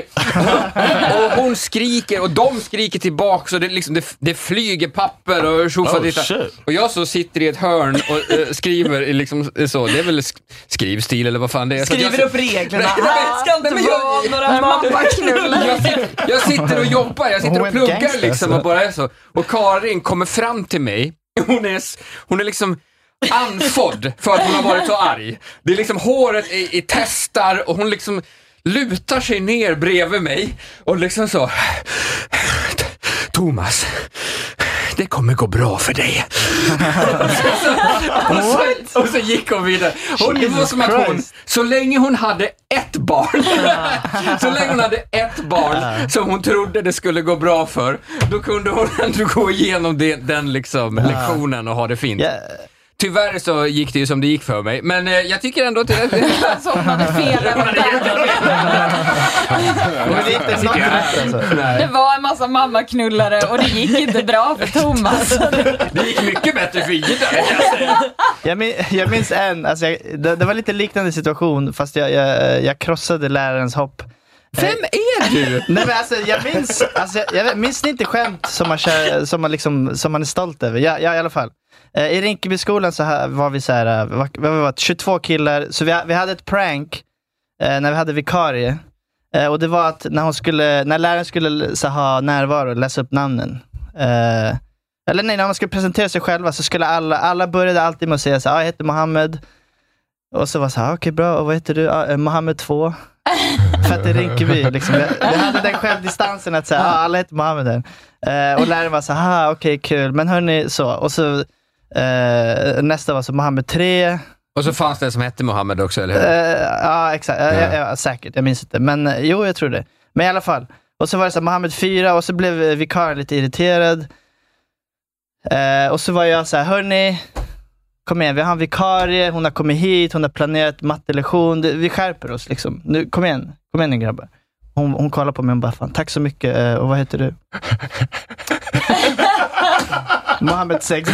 Och hon skriker och de skriker tillbaka, så det, liksom, det, det flyger papper och tjofaderittar. Oh, och jag så sitter i ett hörn och uh, skriver liksom, så, det är väl sk- skrivstil eller vad fan det är. Skriver jag, upp reglerna. Här ska inte vara några mammaknullare. Jag, sitter, jag sitter och jobbar, jag sitter och pluggar liksom, och bara är så. Och Karin kommer fram till mig. Hon är, hon är liksom anfodd för att hon har varit så arg. Det är liksom håret i, i testar, och hon liksom lutar sig ner bredvid mig och liksom så: Thomas, det kommer gå bra för dig. och, så, och så gick hon vidare. Och det var som att hon, så länge hon hade ett barn så länge hon hade ett barn som hon trodde det skulle gå bra för, då kunde hon ändå gå igenom det, den liksom lektionen och ha det fint. Yeah. Tyvärr så gick det ju som det gick för mig. Men eh, jag tycker ändå att det så hon hade fel. Det var en massa mammaknullare och det gick inte bra för Thomas. Det gick mycket bättre för Ida, jag säga. Jag, min, jag minns en, alltså jag, det, det var lite liknande situation, fast jag, jag, jag krossade lärarens hopp. Vem är du? Nej, men alltså, jag minns alltså, jag, jag minns inte skämt som man, kär, som man, liksom, som man är stolt över. Ja, ja, i alla fall. I Rinkebyskolan så här, var vi så här, var, vi var tjugotvå killar, så vi, vi hade ett prank eh, när vi hade vikarie, eh, och det var att när hon skulle, när läraren skulle så ha närvaro och läsa upp namnen, eh, Eller nej, när man skulle presentera sig själva så skulle alla, alla började alltid med att säga så här, ah, jag heter Mohammed. Och så var så här, okej okay, bra, och vad heter du? Ah, Mohammed två. För att det är Rinkeby liksom. Vi hade den självdistansen att säga, ah, alla heter Mohammed här. Uh, och läraren var så här, okej okay, kul. Men hörni, så. Och så uh, nästa var så Mohammed tre. Och så fanns det som hette Mohammed också, eller hur? Uh, ja, exakt. Ja. Ja, ja, säkert, jag minns inte. Men uh, jo, jag tror det. Men i alla fall. Och så var det så här, Mohammed fyra. Och så blev vikarien lite irriterad. Uh, och så var jag så här, hörni, kom igen, vi har en vikarie. Hon har kommit hit, hon har planerat mattelektion. Vi skärper oss liksom. Nu, kom igen, kom igen grabbar. Hon, hon kollar på mig och bara, fan, tack så mycket. Uh, och vad heter du? Mohammed sex.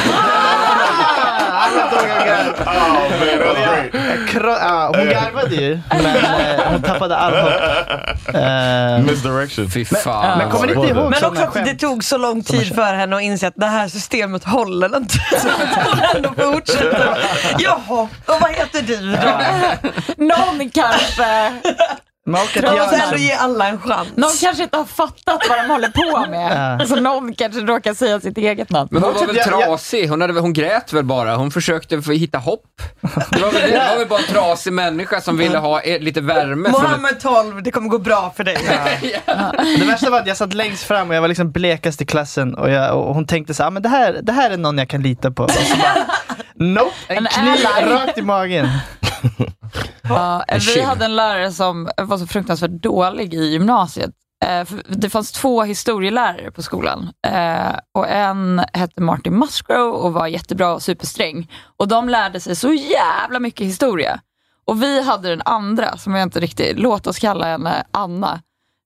Hon garvade ju, men uh, hon tappade all hopp. Uh, Misdirection. Fy fan. Men, men kommer ni inte ihåg? Men också att det tog så lång tid för henne att inse att det här systemet håller inte. Så hon ändå fortsätter. Jaha, och vad heter du då? Någon kanske... Man måste ändå ge alla en chans. Någon kanske inte har fattat vad de håller på med. Ja. Så någon kanske råkar säga sitt eget namn. Men hon var väl trasig? Hon, hade, hon grät väl bara. Hon försökte hitta hopp. Det var väl, det var väl bara en trasig människa som ville ha lite värme. Mohammed tolv, det kommer gå bra för dig. Ja. Ja. Det värsta var att jag satt längst fram och jag var liksom blekast i klassen. Och, jag, och hon tänkte så här, men det här, det här är någon jag kan lita på. Och så bara, nope, en kniv rakt i magen. Ja, vi hade en lärare som var så fruktansvärt dålig i gymnasiet. Det fanns två historielärare på skolan. Och en hette Martin Musgrove och var jättebra och supersträng. Och de lärde sig så jävla mycket historia. Och vi hade den andra, som jag inte riktigt, låt oss kalla henne Anna.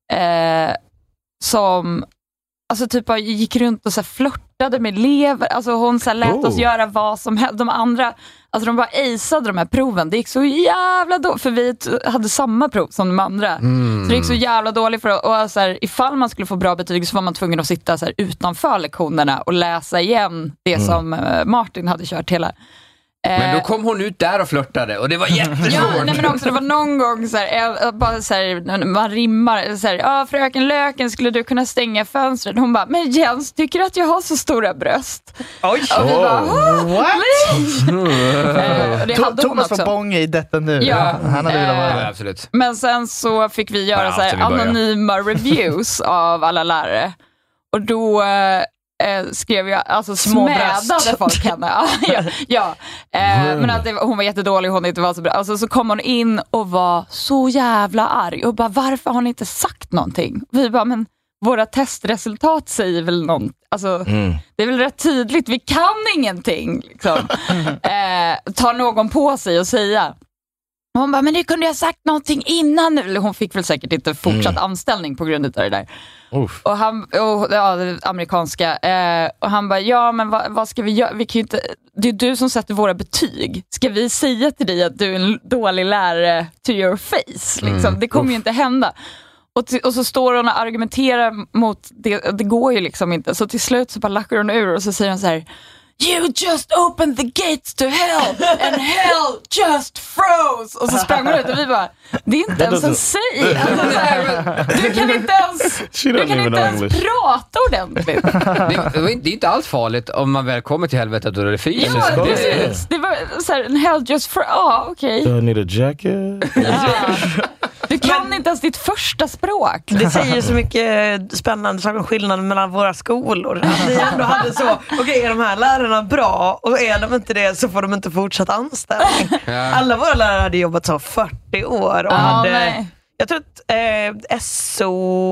Som alltså typ gick runt och så här flörtade med elever. Alltså hon så här lät oh. oss göra vad som helst. De andra, alltså de bara aceade de här proven. Det gick så jävla dåligt. För vi hade samma prov som de andra. Mm. Så det gick så jävla dåligt. För, och så här, ifall man skulle få bra betyg så var man tvungen att sitta så här utanför lektionerna och läsa igen det mm. som Martin hade kört hela. Men då kom hon ut där och flörtade och det var jättesvårt. Ja, nej, men också det var någon gång så här, bara så här, man rimmar så här, ja fröken Löken, skulle du kunna stänga fönstret? Hon bara, men Jens, tycker att jag har så stora bröst? Oj, och vi oh. bara, what? uh, Tog Thomas var bånge i detta nu. Ja, han hade velat vara uh, ja, absolut. Men sen så fick vi göra ja, så här anonyma reviews av alla lärare. Och då Eh, skrev jag, alltså smädade folk henne. ja, ja. Eh, men att det, hon var jättedålig, hon inte var så bra. Alltså, så kom hon in och var så jävla arg och bara, varför har ni inte sagt någonting? Vi bara, men våra testresultat säger väl något. Alltså, mm. det är väl rätt tydligt, vi kan ingenting liksom. eh, tar någon på sig och säga. Hon bara, men ni kunde ju ha sagt någonting innan nu. Hon fick väl säkert inte fortsatt mm. anställning på grund av det där. Uff. Och han, och, ja, det amerikanska. Eh, och han bara, ja men vad, vad ska vi göra? Vi kan ju inte, det är du som sätter våra betyg. Ska vi säga till dig att du är en dålig lärare to your face? Liksom? Mm. Det kommer Uff. ju inte hända. Och, t- och så står hon och argumenterar mot det. Det går ju liksom inte. Så till slut så bara lackar hon ur och så säger hon så här: You just opened the gates to hell and hell just froze. Och så sprang hon ut och vi bara, det är inte ens en säg. Du kan inte ens, du kan inte ens prata ordentligt. Det, det är inte alls farligt om man väl kommer till helvetet och det är fysiskt. Ja, precis. Det var så här, en hell just froze. Ja, ah, okej. Okay. Do I need a jacket? Ja. Du kan Men, inte ens ditt första språk. Det säger så mycket spännande saker om skillnaden mellan våra skolor. Att ni ändå hade så, okej, okay, är de här lärarna bra? Och är de inte det så får de inte fortsatt anställning. Ja. Alla våra lärare hade jobbat så fyrtio år och ja, hade, nej. jag tror att eh, S O...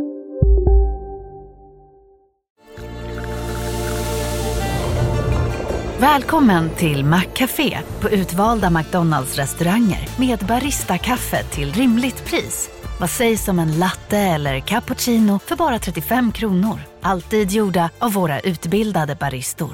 Välkommen till Maccafé på utvalda McDonalds restauranger med Barista-kaffe till rimligt pris. Vad sägs om en latte eller cappuccino för bara trettiofem kronor? Alltid gjorda av våra utbildade baristor.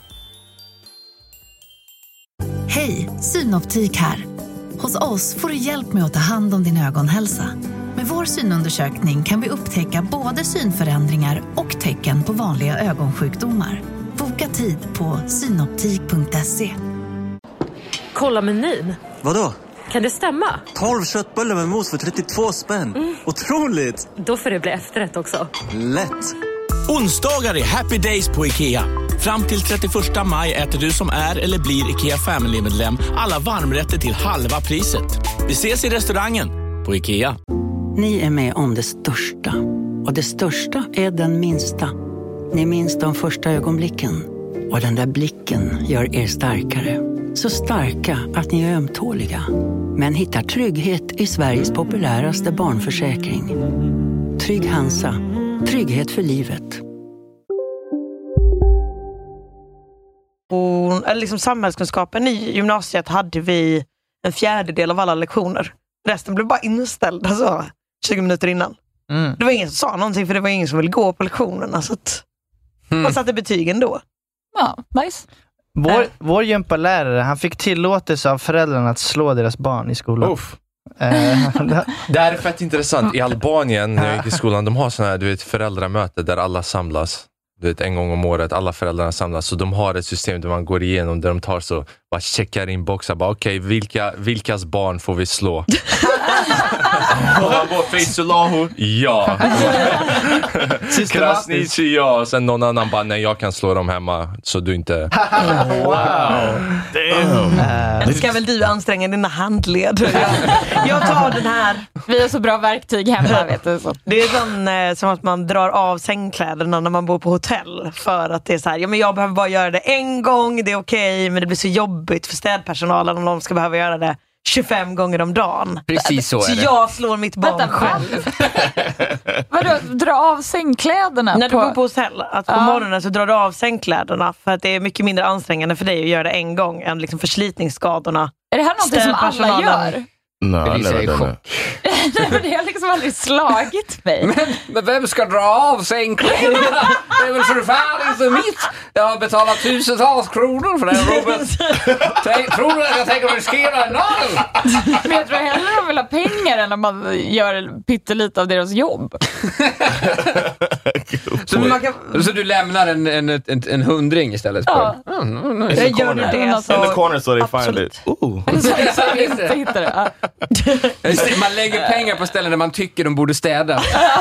Hej, Synoptik här. Hos oss får du hjälp med att ta hand om din ögonhälsa. Med vår synundersökning kan vi upptäcka både synförändringar och tecken på vanliga ögonsjukdomar. Boka tid på synoptik punkt se. Kolla menyn. Vadå? Kan det stämma? tolv köttbullar med mos för trettiotvå spänn. Mm. Otroligt! Då får det bli efterrätt också. Lätt! Onsdagar är happy days på IKEA. Fram till trettioförsta maj äter du som är eller blir IKEA Family-medlem alla varmrätter till halva priset. Vi ses i restaurangen på IKEA. Ni är med om det största. Och det största är den minsta. Ni minns de första ögonblicken. Och den där blicken gör er starkare. Så starka att ni är ömtåliga. Men hittar trygghet i Sveriges populäraste barnförsäkring. Trygg Hansa. Trygghet för livet. Och, eller liksom samhällskunskapen i gymnasiet hade vi en fjärdedel av alla lektioner. Resten blev bara inställd alltså, tjugo minuter innan. Mm. Det var ingen som sa någonting för det var ingen som ville gå på lektionerna. Så att mm. man satte betygen då. Ja, nice. Vår, äh. vår gympalärare, han fick tillåtelse av föräldrarna att slå deras barn i skolan. Uff. Det här är fett intressant. I Albanien, när jag gick i skolan, de har sådana här, du vet, föräldramöte där alla samlas. Du vet, en gång om året, alla föräldrarna samlas. Så de har ett system där man går igenom, där de tar så, bara checkar in boxar. Bara, okej, okay, vilka, vilkas barn får vi slå? Och han bara, Feizulahu, ja. Krasnici, ja. Och sen någon annan bara, nej, jag kan slå dem hemma. Så du inte... Wow. Damn. Uh, ska väl du anstränga dina handled? Jag, jag tar den här. Vi har så bra verktyg hemma, vet du. Så. Det är sån, eh, som att man drar av sängkläderna när man bor på hotell. För att det är så här, ja men jag behöver bara göra det en gång, det är okej. Okay, men det blir så jobbigt för städpersonalen om de ska behöva göra det tjugofem gånger om dagen. Precis så är det. Så jag slår mitt barn Vänta, själv. Vadå, dra av sängkläderna? När du på... går på hotell, att på ja. morgonen så drar du av sängkläderna för att det är mycket mindre ansträngande för dig att göra det en gång än liksom förslitningsskadorna. Är det här någonting som alla gör? No, I never done that. Nej, men det har liksom aldrig slagit mig. Men, men vem ska dra av sängkläderna? Det är väl förfärligt för mitt. Jag har betalat tusentals kronor för det här, Robert. Tänk, tror du att jag tänker riskera en nagel? Men jag tror hellre de vill ha pengar än om man gör pyttelite av deras jobb. så, du, kan... så du lämnar en, en, en, en hundring istället? Ja. Oh, no, no. Jag gör det. In alltså, the corner so they find it. Ooh. Så jag inte hittar det. Ja. Man lägger pengar på ställen där man tycker de borde städa.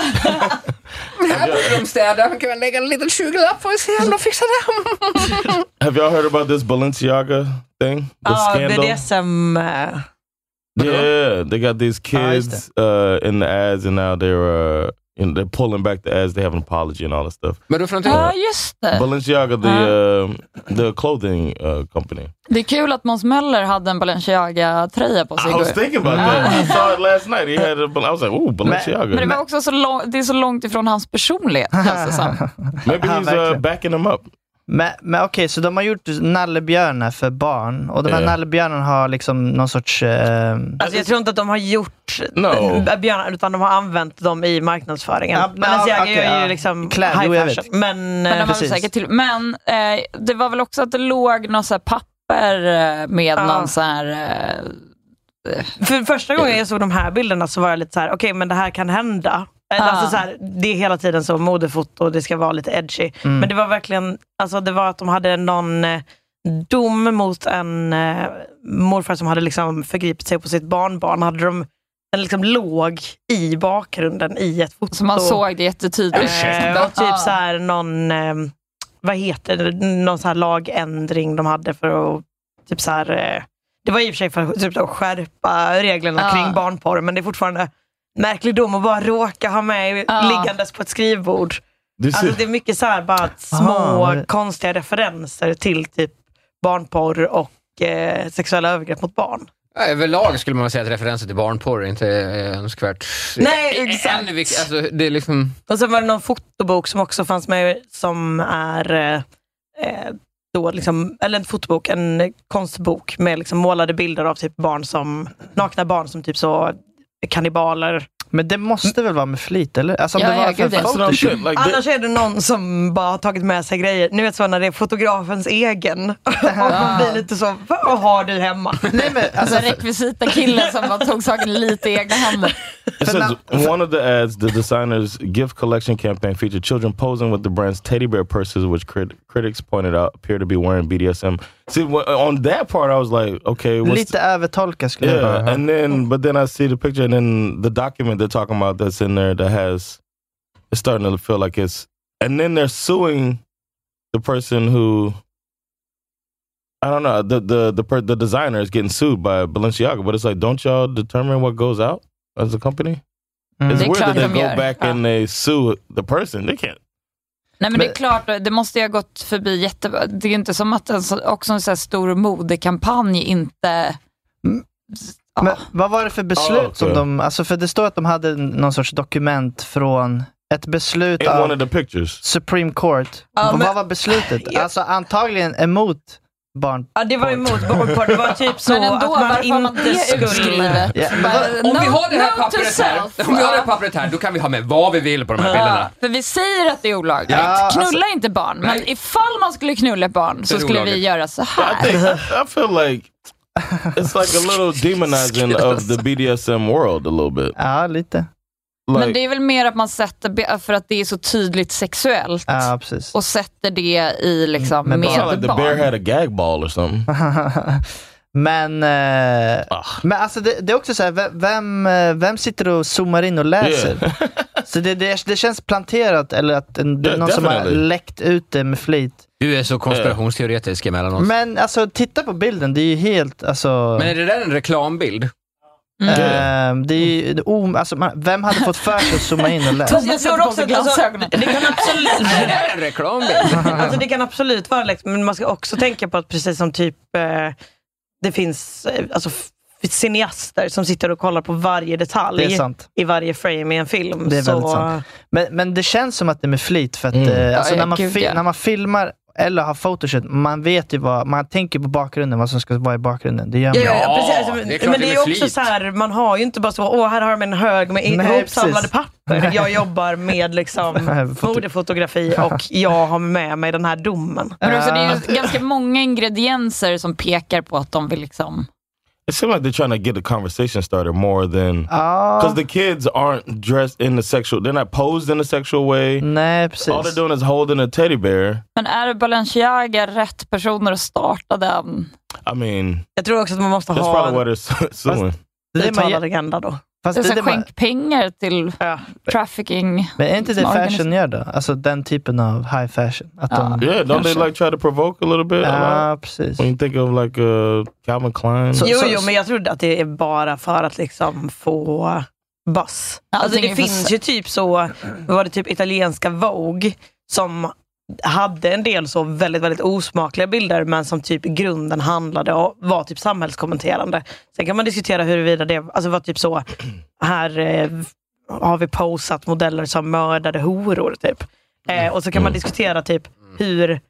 Här borde de städa. Kan man lägga en liten tjugo-lapp för att se om de fixar det. Have y'all heard about this Balenciaga thing? The uh, scandal? B D S M. Uh... Yeah, they got these kids uh, in the ads and now they're... Uh, And they're pulling back the ads. They have an apology and all that stuff. Men då från ja, just det. Balenciaga, the uh, the clothing uh, company. Det är kul att Måns Möller hade en Balenciaga-tröja på sig. I was thinking about that. I saw it last night. He had a, I was like, oh, Balenciaga. Men, men det var också så långt, det är så långt ifrån hans personlighet. Maybe he's uh, backing them up. Men, men okej, okay, så de har gjort nallebjörnar för barn. Och de här yeah. nallebjörnarna har liksom någon sorts... Eh... Alltså jag tror inte att de har gjort no. björnar, utan de har använt dem i marknadsföringen. Ja, men jag okay, är ju ja. liksom Kläd, high fashion. Jo, men, men, de var säkert till, men eh, det var väl också att det låg någon så här papper med ja. någon så här... Eh, för första gången jag såg de här bilderna så var jag lite så här, okej, okay, men det här kan hända. Ah. Alltså så här, det är hela tiden så modefoto och det ska vara lite edgy. Mm. Men det var verkligen, alltså det var att de hade någon eh, dom mot en eh, morfar som hade liksom förgripit sig på sitt barnbarn. Hade de, den liksom låg i bakgrunden i ett foto. Så man såg det jättetydligt. Eh, och typ så här någon, eh, vad heter det, någon så här lagändring de hade för att typ så här, eh, det var i och för sig för typ att skärpa reglerna ah. kring barnporr, men det är fortfarande märklig dom att bara råka ha med ah. liggandes på ett skrivbord. Alltså det är mycket så här bara små ah. konstiga referenser till typ barnporr och eh, sexuella övergrepp mot barn. Ja, överlag skulle man säga att referenser till barnporr inte är önskvärt. Nej, exakt. Alltså, det är liksom... Och så var det någon fotobok som också fanns med som är eh, då liksom, eller en fotobok, en konstbok med liksom målade bilder av typ barn som, nakna barn som typ så kannibaler. Men det måste väl vara med flit, eller? Alltså om ja, det var ja, för Photoshop. Like annars är det någon som bara har tagit med sig grejer. Nu vet så när det är fotografens egen. Och man blir lite så, vad har du hemma? Nej, men, alltså, alltså rekvisita killen som bara tog saken lite i egna händer. It says, in one of the ads, the designer's gift collection campaign featured children posing with the brand's teddy bear purses, which crit- critics pointed out appear to be wearing B D S M. See, on that part, I was like, okay, what's lite övertolka skulle yeah, jag bara. and then, but then I see the picture, and then the document they're talking about that's in there that has, it's starting to feel like it's and then they're suing the person who, I don't know, the the the, per, the designer is getting sued by Balenciaga, but it's like, don't y'all determine what goes out as a company? Mm. It's det weird that they de go gör. back ja. and they sue the person. They can't. Nej, men det är klart, det måste ju ha gått förbi jättebra. Det är ju inte som att en så, också en så här stor modekampanj inte... Ja. Men vad var det för beslut oh, okay. som de... Alltså för det står att de hade någon sorts dokument från ett beslut In av one of the pictures. Supreme Court. Ja, och men, vad var beslutet? Alltså antagligen emot barn. Ja, det var emot barnporr. Det var typ så men ändå, att man varför har man inte det skulle... utskrivet? Yeah. Om vi har det här pappret här, om vi har det här pappret här, då kan vi ha med vad vi vill på de här bilderna. För vi säger att det är olagligt. Ja, Knulla alltså, inte barn. Men nej. Ifall man skulle knulla ett barn så skulle olagligt. Vi göra så här. I, think, I, I feel like it's like a little demonizing of the B D S M world a little bit. Ja, lite. Like, men det är väl mer att man sätter, för att det är så tydligt sexuellt. Ja, precis. Och sätter det i liksom men med it's like the barn. bear had a gag ball or something. men eh, ah. men alltså det, det är också så här, vem, vem sitter och zoomar in och läser? Yeah. Så det, det, det känns planterat, eller att en, det är någon yeah, som har läckt ut det med flit. Du är så konspirationsteoretisk emellan oss. Men alltså, titta på bilden, det är ju helt, alltså... Men är det där en reklambild? Mm. Uh, det är ju, oh, alltså, man, vem hade fått för sig att zooma in och läsa? Jag tror också att alltså, det kan absolut... Nej, det är en reklambild. Alltså, det kan absolut vara lätt, men man ska också tänka på att precis som typ eh, det finns eh, alltså, cineaster som sitter och kollar på varje detalj i varje frame i en film. Det är så... väldigt sant. Men, men det känns som att det är med flit, för att mm. eh, alltså, ja, när, man gud, fi- ja. när man filmar eller har photoshoot, man vet ju vad, man tänker på bakgrunden, vad som ska vara i bakgrunden. Det gör man. Ja, ja, precis. det är klart, men det det är, är också flit. så här, man har ju inte bara så, åh, här har de en hög med ihopsamlade papper. Jag jobbar med liksom modefotografi och jag har med mig den här domen. Men också, det är ju ganska många ingredienser som pekar på att de vill liksom... It seems like they're trying to get a conversation started more than... Because the kids aren't dressed in the sexual... They're not posed in a sexual way. Nej, precis. All they're doing is holding a teddy bear. Men är Balenciaga rätt personer att starta den? I mean... Jag tror också att man måste that's ha... That's probably what they're suing. Det är uttalad agenda då. Fast det är så skänk pengar till ja. trafficking. Men är inte det fashion gör då? Alltså den typen av high fashion. Att ja, de, yeah, don't they like try to provoke a little bit? Ja, precis. When you think of like uh, Calvin Klein. Så, jo, så, jo, men jag trodde att det är bara för att liksom få buzz. Ja, alltså det finns för... ju typ så, var det typ italienska Vogue som hade en del så väldigt, väldigt osmakliga bilder, men som typ i grunden handlade och var typ samhällskommenterande. Sen kan man diskutera huruvida det alltså var typ så, här eh, har vi posat modeller som mördade horor typ. Eh, och så kan man diskutera typ hur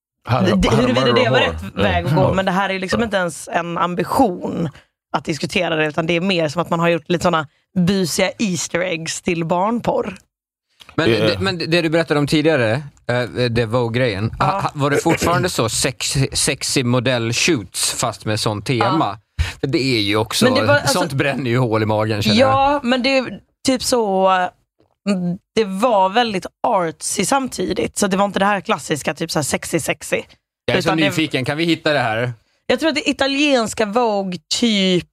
huruvida det var rätt väg att gå, men det här är liksom inte ens en ambition att diskutera det, utan det är mer som att man har gjort lite såna busiga easter eggs till barnporr. Men, yeah. det, men det du berättade om tidigare, det var grejen. Ja. Var det fortfarande så sexy, sexy modell shoots fast med sånt tema? Ja. För det är ju också, var, alltså, sånt bränner ju hål i magen. Ja, jag. Men det är typ så, det var väldigt artsy samtidigt. Så det var inte det här klassiska typ så här sexy sexy. Jag är så nyfiken, det, kan vi hitta det här? Jag tror att det italienska Vogue typ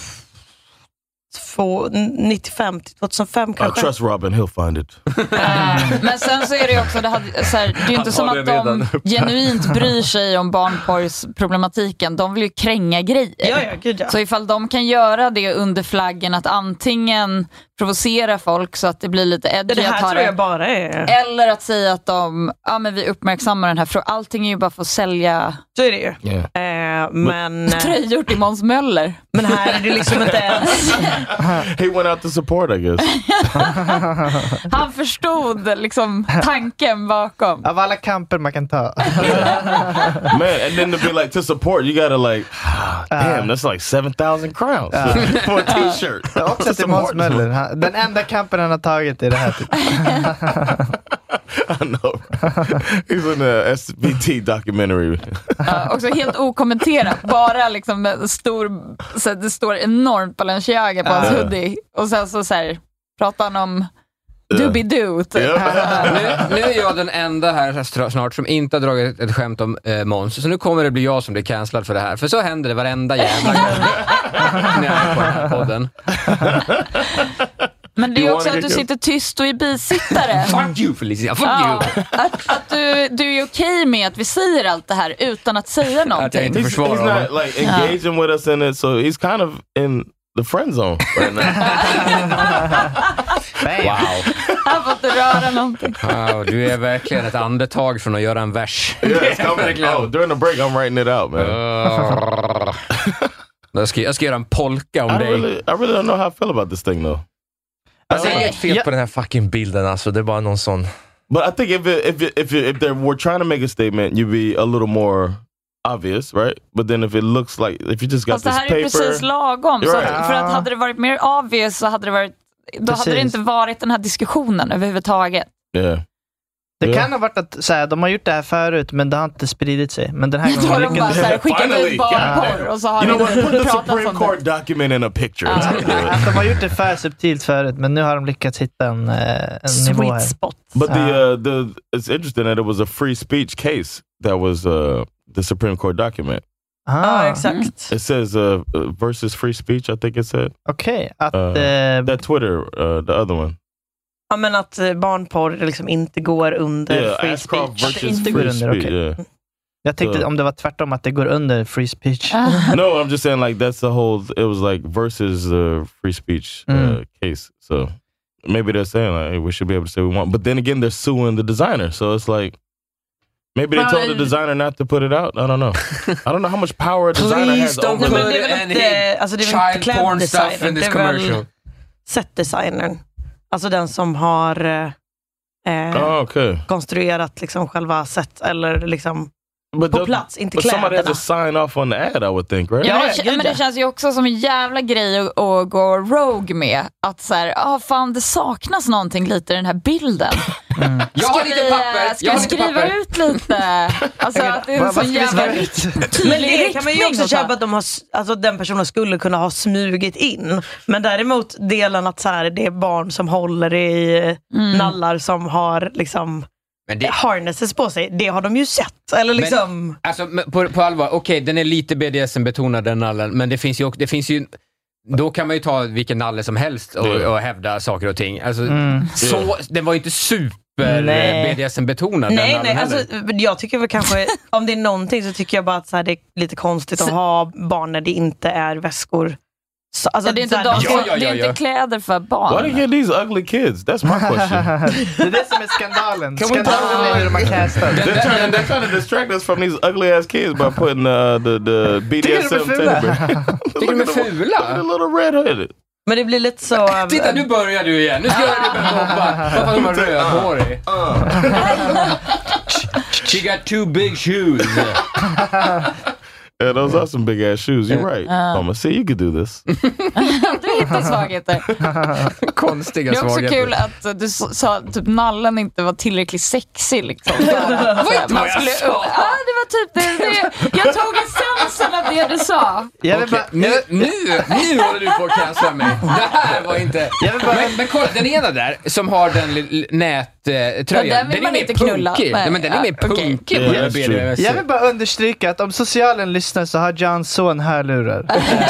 nittiofem till tjugohundrafem kanske. I trust Robin, he'll find it. uh, men sen så är det ju också, det, hade, så här, det är ju inte som att de genuint bryr sig om barnporrsproblematiken. De vill ju kränga grejer. Ja, ja, gud, ja. Så ifall de kan göra det under flaggen att antingen provocera folk så att det blir lite edgy, det här att ha tror jag bara är... eller att säga att de, ja men vi uppmärksammar den här frågan. Allting är ju bara för att sälja. Så är det ju. Yeah. Eh, men tröjor till Måns Möller. Men här är det liksom inte ens... He went out to support, I guess. Han förstod liksom tanken bakom. Av alla kamper man kan ta. Man, and then to be like, to support, you gotta like, damn, that's like seven thousand crowns uh, for a t-shirt. Ja, också till Måns Möller. Den enda kampen han har tagit är det här typ. I know. He's in a S V T documentary. Ja, också helt okommenterat. Bara liksom med stor, så det står enormt Balenciaga på hans uh. hoodie. Och sen så, så här, pratar han om doobie-doo. Typ. Yeah. nu, nu är jag den enda här snart som inte har dragit ett skämt om eh, Måns. Så nu kommer det bli jag som blir cancellad för det här. För så händer det varenda jävla gång när jag är på den här podden. Men det är också att du sitter tyst och är bisittare. Fuck you Felicia, fuck ja, you. Att, att du, du är okej med att vi säger allt det här utan att säga någonting. Att jag inte He's, försvarar he's honom. not like engaging with us in it, so he's kind of in the friend zone right now. Wow. Han får inte röra någonting. Wow, du är verkligen ett andetag från att göra en vers. Yeah, it's coming. Oh, during the break I'm writing it out, man. Uh, jag, ska, jag ska göra en polka om I dig. really, I really don't know how I feel about this thing though. Alltså, det är inget fel på den här fucking bilden, alltså. Det är bara någon sån... But I think if it, if it, if it, if they were trying to make a statement, you'd be a little more obvious, right? But then if it looks like if you just got Fast det this här paper, är precis lagom. Så right. att, för att hade det varit mer obvious så hade det varit, då Precis. hade det inte varit den här diskussionen överhuvudtaget. Yeah. Det Yeah. kan ha varit att så här, de har gjort det här förut men det har inte spridit sig. Men den här Då har gången de bara så här, skickat Finally, ut barnporr och så har You know de what? Put the pratat Supreme om Court det. document in a picture. Ah. Att de har gjort det för subtilt förut, men nu har de lyckats hitta en, eh, en nivå här. Sweet spot. But the uh, the it's interesting that it was a free speech case that was uh, the Supreme Court document. Ah, Ja, exakt. It says uh, uh, versus free speech. I think it said. Okej, att... Uh, eh, that Twitter, uh, the other one. Ja, men att eh, barnporr liksom inte går under Yeah, free Ashcroft speech. versus inte går free under, speech. okej. Yeah. jag tänkte så- om det var tvärtom, att det går under free speech. No, I'm just saying like that's the whole. It was like versus the free speech uh, Mm. case. So maybe they're saying like hey, we should be able to say we want, but then again they're suing the designer. So it's like maybe they told the designer not to put it out. I don't know. I don't know how much power a designer Please has don't over. Nej, men put det är väl any inte, alltså det är väl inte child porn stuff kläddesignern, in this det är väl commercial. setdesignern. Alltså den som har eh, Oh, okay. konstruerat liksom själva set eller liksom But på the- plats, inte but somebody has kläderna. to sign off on the ad, I would think, right? Ja, men, Ja, det, gud, men det ja. känns ju också som en jävla grej att, att gå rogue med. Att så här, ah, fan det saknas någonting lite i den här bilden. Jag har lite vi, papper. Ska Jag vi har lite skriva papper. ut lite? Alltså att det är en Vad- vad sån ska vi jävla skriva ut? tydlig Men det kan man ju riktning också och så. köpa att de har, s- alltså den personen skulle kunna ha smugit in. Men däremot delen att så här, det är barn som håller i Mm. nallar som har liksom Men det, harnesses på sig. Det har de ju sett. Eller liksom... alltså, men på, på allvar, okej, den är lite B D S M-betonad den nallen, men det finns ju, det finns ju då kan man ju ta vilken nalle som helst och, och hävda saker och ting. Alltså, Mm. så, den var ju inte super Nej. B D S M-betonad den Nej, nallen nej, heller. alltså, jag tycker väl kanske, om det är någonting så tycker jag bara att så här, det är lite konstigt att ha barn när det inte är väskor. Så, alltså, Ja, det är inte, så här, de, Ja, ja, det är ja, inte ja. kläder för Why do barn. you get these ugly kids? That's my question. Det är det som är skandalen. Can we Skandalen är hur de har castat. They're trying, they're trying to distract us from these ugly ass kids by putting uh, the the B D S M Tycker du de är teddy fula? bear. Tycker de är Look at the fula? little redheaded. Men det blir lite så... um, Titta, nu börjar du igen. Nu ska jag börja mobba. Varför har de var rödhårig? She got two big shoes. Yeah, those are some big ass shoes. You're right. Uh. Mama, see, you could do this. Du hittar svagheter. Konstiga Det är också svagheter. kul att du s- sa att typ nallen inte var tillräckligt sexig. Liksom. Det var inte vad jag sa. Ja, det var typ det, det. Jag tog essensen av det du sa. Jag vill Okej, bara, nu, nu, nu håller du på att cancella mig. Det här var inte... Jag vill bara- Men, men kolla, den ena där som har den li- nättröjan, Ja, den vill den är man mer inte knulla. punkig. Nej, men den är Ja, mer okej. punkig Yeah, på den that's B true. D S. jag vill bara understryka att om socialen lyssnar så har Johns son hörlurar.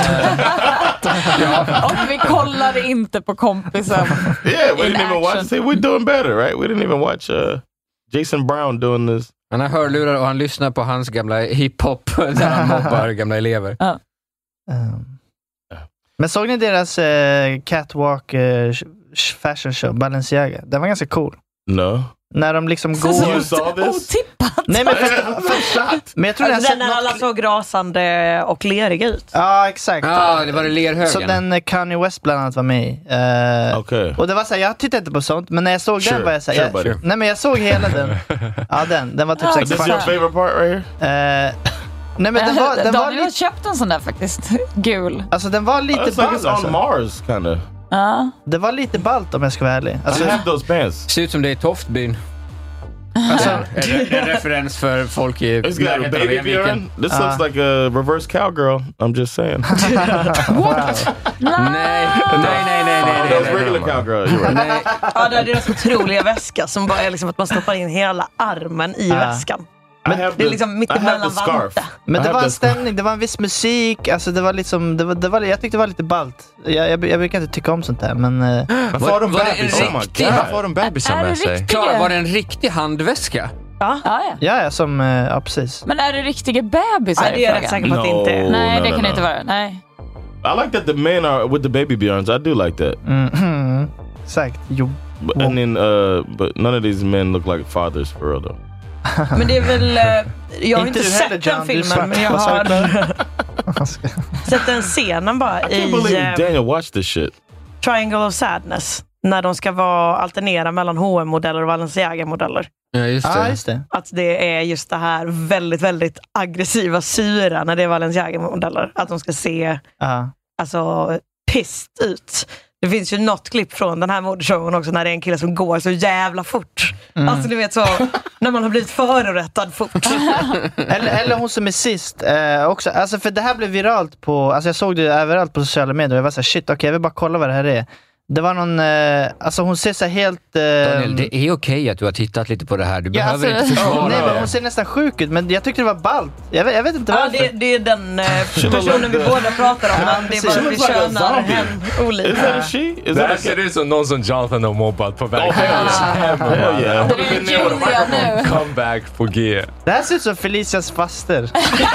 Och vi kollade inte på kompisen. Yeah, we In didn't even watch. action. See, we're doing better, right? We didn't even watch uh, Jason Brown doing this. Han har hörlurar och han lyssnar på hans gamla hiphop där han mobbar gamla elever. Ja. Um, Men såg ni deras eh, catwalk eh, sh- fashion show, Balenciaga? Den var ganska cool. No. När de liksom You går... saw this? Otippat. Nej, men, för, för, men jag tror Alltså, den den när alla såg rasande och leriga ut. Ja, exakt. Ja, det var det lerhögen. Så den eh, Kanye West bland annat var med i. Eh, Okay. Och det var så här, jag tittade inte på sånt, men när jag såg Sure, den var jag så här, sure, jag, buddy. nej men jag såg hela den. Ja, den, den var typ Ja, sex This is your kvart. favorite part right here? Eh, nej men den var, den var Daniel har lite, köpt en sån där faktiskt. Gul. alltså den var lite It's like ball it's on alltså. Mars, kind of. Ja. Det var lite ballt om jag ska vara ärlig. Alltså, I have those pants. Ser ut som det är i Toftbyn. alltså, En, en referens för folk i It's got a närheten av baby Enviken. Björn. This Ah. looks like a reverse cowgirl. I'm just saying. wow. Nej, nej, nej, nej, nej, Oh, nej, that's nej, regular nej. cowgirl. You're right. Nej. Ja, det är deras otroliga väska som bara är liksom att man stoppar in hela armen i Ja. väskan. Men det är liksom mitt emellan Vante. Men det var en stämning, det var en viss musik. Alltså det var liksom, det var, det var, jag tyckte det var lite ballt. Jag, jag, jag brukar inte tycka om sånt här, men... Varför har de bebisar? Varför har de bebisar med sig? Klara, var det en riktig handväska? Ja, ja. Ja, ja, som, ja precis. Men är det riktiga bebisar? Ja, det är jag rätt säker på att det inte är. Nej, no, det no, kan no. inte vara. Nej. I like that the men are with the baby Björns. I do like that. Mm-hmm. Exakt. Jo. But, and then, uh, but none of these men look like fathers for real though. Men det är väl... Jag har Inte inte du sett heller, den John. filmen, men jag Vad sa du? har sett den scenen bara I can't i believe eh, Daniel watched this shit. Triangle of Sadness. När de ska vara alternera mellan H och M-modeller och Balenciaga-modeller. Ja, just det. Ja, just det. Att det är just det här väldigt, väldigt aggressiva syra när det är Balenciaga-modeller. Att de ska se Ja. alltså pissed ut. Det finns ju något klipp från den här modeshowen också när det är en kille som går så jävla fort. Mm. Alltså du vet så, när man har blivit förorättad fort. eller, eller hon som är sist eh, också. Alltså för det här blev viralt på, alltså jag såg det överallt på sociala medier och jag var så här, shit, okej, okay, jag vill bara kolla vad det här är. Det var någon, eh, alltså hon ser så helt... Eh, Daniel, det är okej att du har tittat lite på det här. Du ja, behöver alltså, inte försvara nej, men det. hon ser nästan sjuk ut, men jag tyckte det var ballt. Jag vet, jag vet inte Ja, varför. det, det är den eh, personen vi båda pratar om, men det är bara vi könar hen olika. Is that a she? Is Det that här a ser ut som någon som Jonathan har mobbat på väg Oh, hell yeah. Yeah. Det är Julia nu. Comeback på G. Det här ser ut som Felicias faster.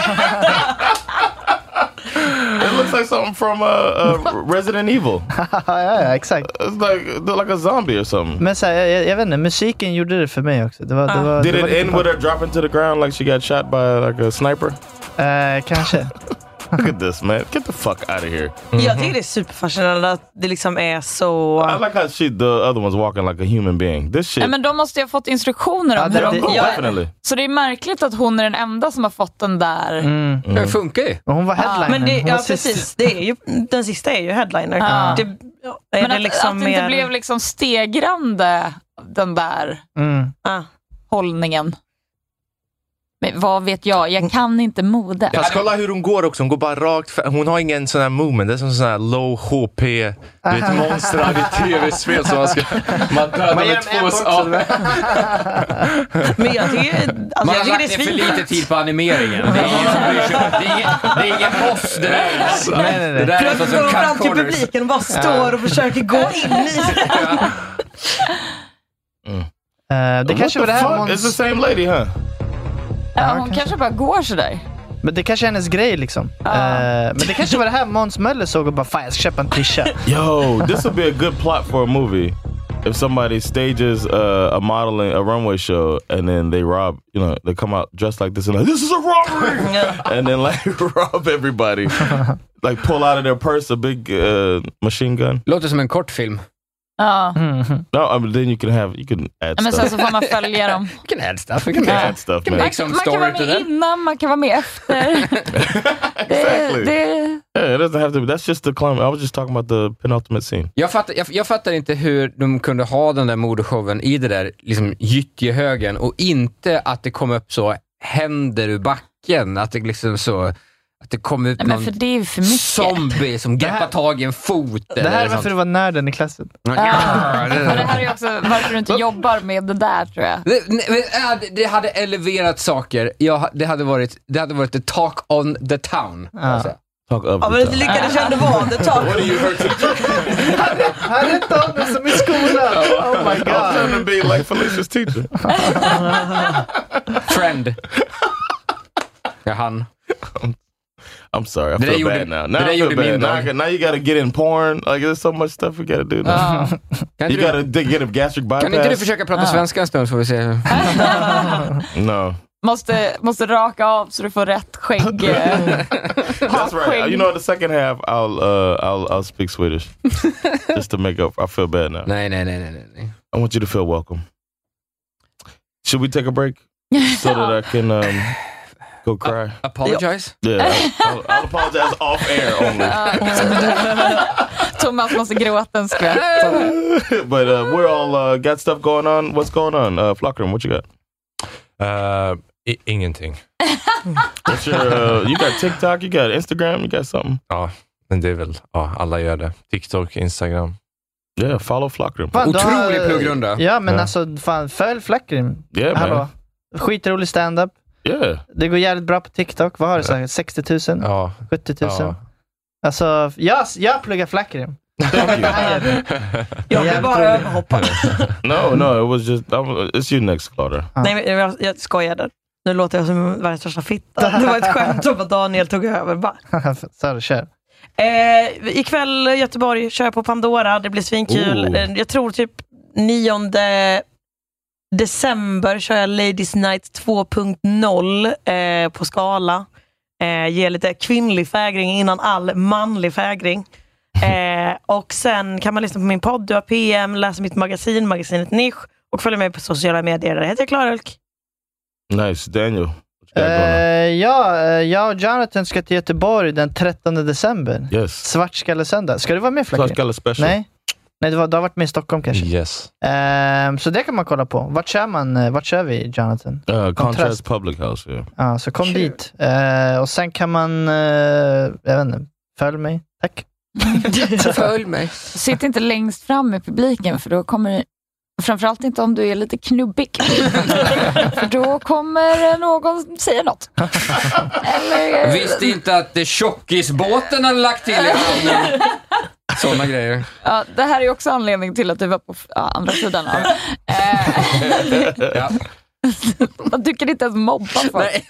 It looks like something from uh, uh, Resident Evil. ja, ja, exakt. It's like like a zombie or something. Men så här, jag, jag vet inte, musiken gjorde det för mig också. Det var, det var, Did det var it lite end with her dropping to the ground like she got shot by like a sniper? Uh, kanske. Look at this, man. Get the fuck out of here. Jag tycker det är superfascinerande att det liksom är så... I like how she, the other one's walking like a human being. This shit. Nej, men de måste ju ha fått instruktioner om Ja, hur det- de det- gör. Definitely. Så det är märkligt att hon är den enda som har fått den där. Mm. Det funkar ju. Och hon var headliner. Men det, Hon ja, var sist. precis. Det är ju, den sista är ju headliner. Ja. Det, är Men det att, liksom att det inte mer... blev liksom stegrande, den där Mm. Ah. hållningen. Men vad vet jag? Jag kan inte mode. Fast kolla hur hon går också, hon går bara rakt fram. Hon har ingen sån här movement, det är som sån här low H P, du vet, monstrar i tv-spel som man ska, man dödar Man ger med dem en två box, ja. Men jag tycker, alltså, Man jag har tycker det är lagt ner för svin. lite tid på animeringen. Det är ingen som bryr sig. Det är ingen, det är ingen boss det där. Nej, nej, nej. Det där är Jag alltså går som fram cut till corners. publiken och bara står och försöker gå in i Eh, det kanske var det här Fuck, it's the Måns, same lady, huh? Ja, hon kanske bara går sådär. men det kanske är hennes grej liksom. Eh, men det kanske var det här Måns Möller såg och bara, fan jag ska köpa en tisha. Yo, this would be a good plot for a movie. If somebody stages uh, a modeling, a runway show, and then they rob, you know, they come out dressed like this and like, this is a robbery! And then like rob everybody. Like pull out of their purse a big uh, machine gun. Låter som en kortfilm. Ja. No, I mean, then you can have, you can add Men stuff. sen så får man följa dem. You can add stuff. You You can can add add stuff, can man. make some Man kan vara story to med them. innan, man kan vara med efter. Exactly. det, Yeah, it doesn't have to be. That's just the climate. I was just talking about the penultimate scene. Jag fattar, jag, jag fattar inte hur de kunde ha den där modeshowen i det där liksom gyttjehögen och inte att det kom upp så händer ur backen. Att det liksom så... Att det kom ut Nej, men någon för det är ju för mycket. zombie som greppar här- tag i en fot. Det här är varför du var nörden i klassen. Ja, Ja. Men det här är ju också varför du inte jobbar med det där, tror jag. Det, nej, men, ja, det- det hade eleverat saker. Jag, det, hade varit, det hade varit the talk on the town. Alltså. Talk of Ja, the men town. det lyckades ju ändå vara det tar. What are you, her teacher? Han rättade av mig som i skolan. Oh my I'm trying god. to be like Felicia's teacher. Friend. Ja, han. I'm sorry, I Det där feel gjorde- bad now. det Now där I feel gjorde bad. min Now, dag. I got, now you gotta get in porn. Like there's so much stuff we gotta do now. Ja. Kan You inte, gotta du, d- get a gastric bypass. kan inte du försöka prata svenska en stund så får vi se. No. Måste, måste raka av så du får rätt skägg. That's right. You know, the second half I'll uh I'll I'll speak Swedish just to make up. I feel bad now. Nej, nej, nej, nej, nej. I want you to feel welcome. Should we take a break so that I can um go cry? Apologize? Yeah, I'll, I'll apologize off air only. Thomas måste gråta en skvätt. But uh, we're all uh, got stuff going on. What's going on? Uh, Flockroom, what you got? Uh, i- ingenting. What's your? Uh, you got TikTok? You got Instagram? You got something? Ja, men det är väl, ja, alla gör det. TikTok, Instagram. Yeah, follow Flockroom. Fan, då har- Otrolig pluggrunda. Ja, men Ja. alltså fan, följ Flackrim. Yeah, man. Hallå. Skitrolig stand-up. Yeah. Det går jävligt bra på TikTok. Vad har du sagt? sextio tusen? Ja. sjuttio tusen? Ja. Alltså, jag, jag pluggar flackrim. Jag vill bara överhoppa. No, no, it was just, it's you next, Claudia. Nej, jag, jag skojade. Nu låter jag som världens största fitta. Det var ett skämt om att Daniel tog över. Bara. Så det kör. Eh, ikväll Göteborg kör jag på Pandora. Det blir svinkul. Oh. Eh, jag tror typ nionde december kör jag Ladies Night två punkt noll eh, på Skala. Eh, ger lite kvinnlig fägring innan all manlig fägring. Eh, och sen kan man lyssna på min podd, du har P M, läsa mitt magasin, magasinet Nisch, och följa mig på sociala medier. Där heter jag Klara Hulk. Nice, Daniel. Uh, ja, uh, jag och Jonathan ska till Göteborg den trettonde december. Yes. Svartskallesöndag. Ska du vara med, Flackring? Svartskalle special. Nej, Nej du, var, du har varit med i Stockholm kanske. Yes. Uh, så det kan man kolla på. Vart kör man? Uh, vart kör vi, Jonathan? Uh, Contrast, Contrast Public House, yeah. Ja, uh, så kom sure. dit. Uh, och sen kan man, uh, jag vet inte, följ mig. Tack. Följ mig. Sitt inte längst fram i publiken, för då kommer, framförallt inte om du är lite knubbig, för då kommer någon säga något. Eller... Visste inte att det tjockisbåten hade lagt till i hamnen. Sådana grejer. Ja, det här är också anledning till att du var på ja, andra sidan av. Ja. Man tycker inte ens mobba folk. Nej,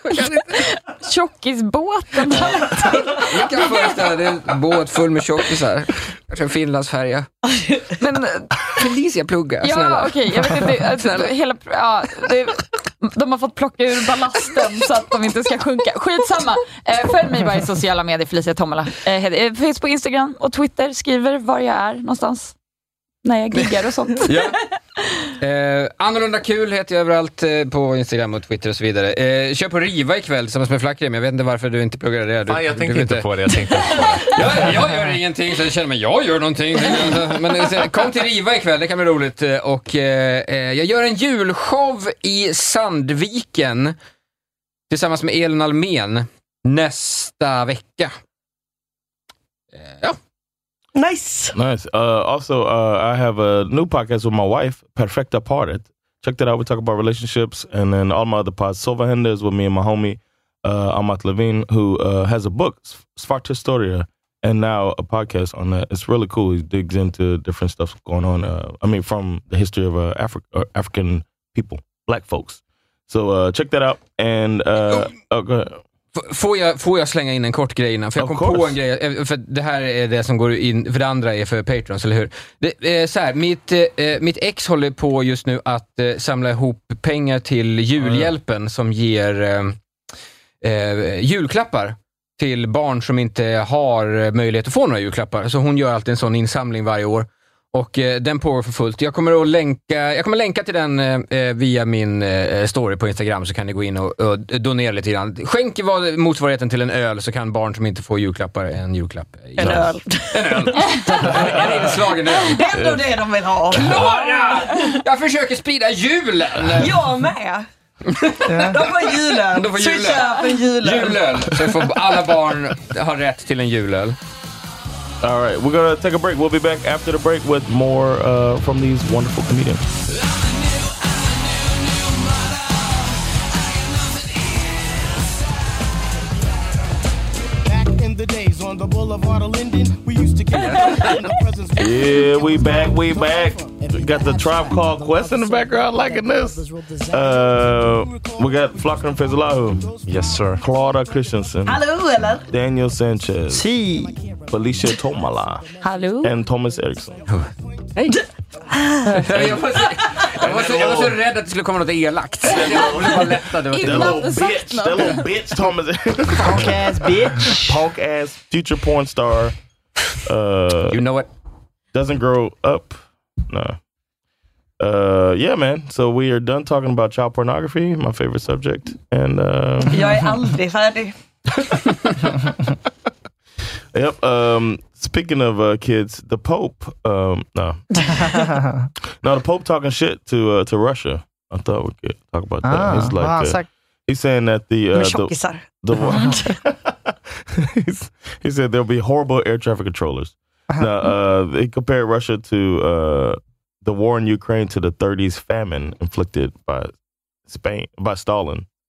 tjockisbåten. Jag kan föreställa det är en båt full med tjockisar. Kanske en Finlandsfärja. Men Felicia plugga, ja, snälla. Okej, jag vet inte. Alltså, hela, ja, det, de har fått plocka ur ballasten så att de inte ska sjunka. Skitsamma. Eh, följ mig bara i sociala medier, Felicia Tomala. Eh, finns på Instagram och Twitter. Skriver var jag är någonstans när jag giggar och sånt. Ja. Eh, annorlunda kul heter jag överallt eh, på Instagram och Twitter och så vidare. Eh, kör på Riva ikväll tillsammans med Flackrim. Jag vet inte varför du inte pluggar det. Du, Fan, jag du, tänkte du inte inte på det. Jag tänkte inte på det. jag, jag gör ingenting, så jag känner mig, jag gör någonting. Men eh, kom till Riva ikväll, det kan bli roligt. Och eh, jag gör en julshow i Sandviken tillsammans med Elin Almen nästa vecka. Eh, ja. Nice. Nice. Uh, also, uh, I have a new podcast with my wife, Perfecta Parted. Check that out. We talk about relationships, and then all my other pods. Sova Hende is with me and my homie, uh, Amat Levine, who uh, has a book, Svart Historia, and now a podcast on that. It's really cool. He digs into different stuff going on. Uh, I mean, from the history of uh, Afri- uh, African people, black folks. So uh, check that out. And uh, oh, go ahead. Får jag, får jag slänga in en kort grej innan? För jag kom på en grej, för det här är det som går in, för det andra är för Patrons, eller hur? Det är så här, mitt, eh, mitt ex håller på just nu att eh, samla ihop pengar till julhjälpen mm. som ger eh, eh, julklappar till barn som inte har möjlighet att få några julklappar. Så hon gör alltid en sån insamling varje år. Och eh, den pågår för fullt. Jag kommer att länka, jag kommer länka till den eh, via min eh, story på Instagram, så kan ni gå in och, och donera lite grann. Skänk vad motsvarigheten till en öl, så kan barn som inte får julklappar en julklapp. En ja. öl. En öl. En inslagen öl. Det är ändå det de vill ha. Klara! Jag försöker sprida julen. Jag med. Ja. De får julen. De får julen. Så köp en julöl. Julöl. Så får alla barn ha rätt till en julöl. All right, we're gonna take a break. We'll be back after the break with more uh, from these wonderful comedians. Back in the days on the boulevard of Linden, we used to get the presents. Yeah, we back, we back. We got the Tribe Called Quest in the background, liking this. Uh, we got Flackrim Fezullahu. Yes, sir. Claudia Christensen. Hallå, eller? Daniel Sanchez. Si. Felicia Tomala. Hallå. And Thomas Eriksson. Hej. jag, var så, jag, var så, jag var så rädd att det skulle komma något elakt. Jag blev bara lättad. That little bitch, that little bitch Thomas. Punk ass bitch. Punk ass future porn star. Uh, you know it. Doesn't grow up. No. Uh, yeah, man. So we are done talking about child pornography, my favorite subject. And uh, jag är aldrig färdig. Yep. Um, speaking of uh, kids, the Pope. Um, no, no, the Pope talking shit to uh, to Russia. I thought we could talk about that. Ah, he's like, wow, uh, he's saying that the uh, the, the he's, he said there'll be horrible air traffic controllers. Now, uh, they compared Russia to uh, the war in Ukraine to the thirties famine inflicted by Spain by Stalin.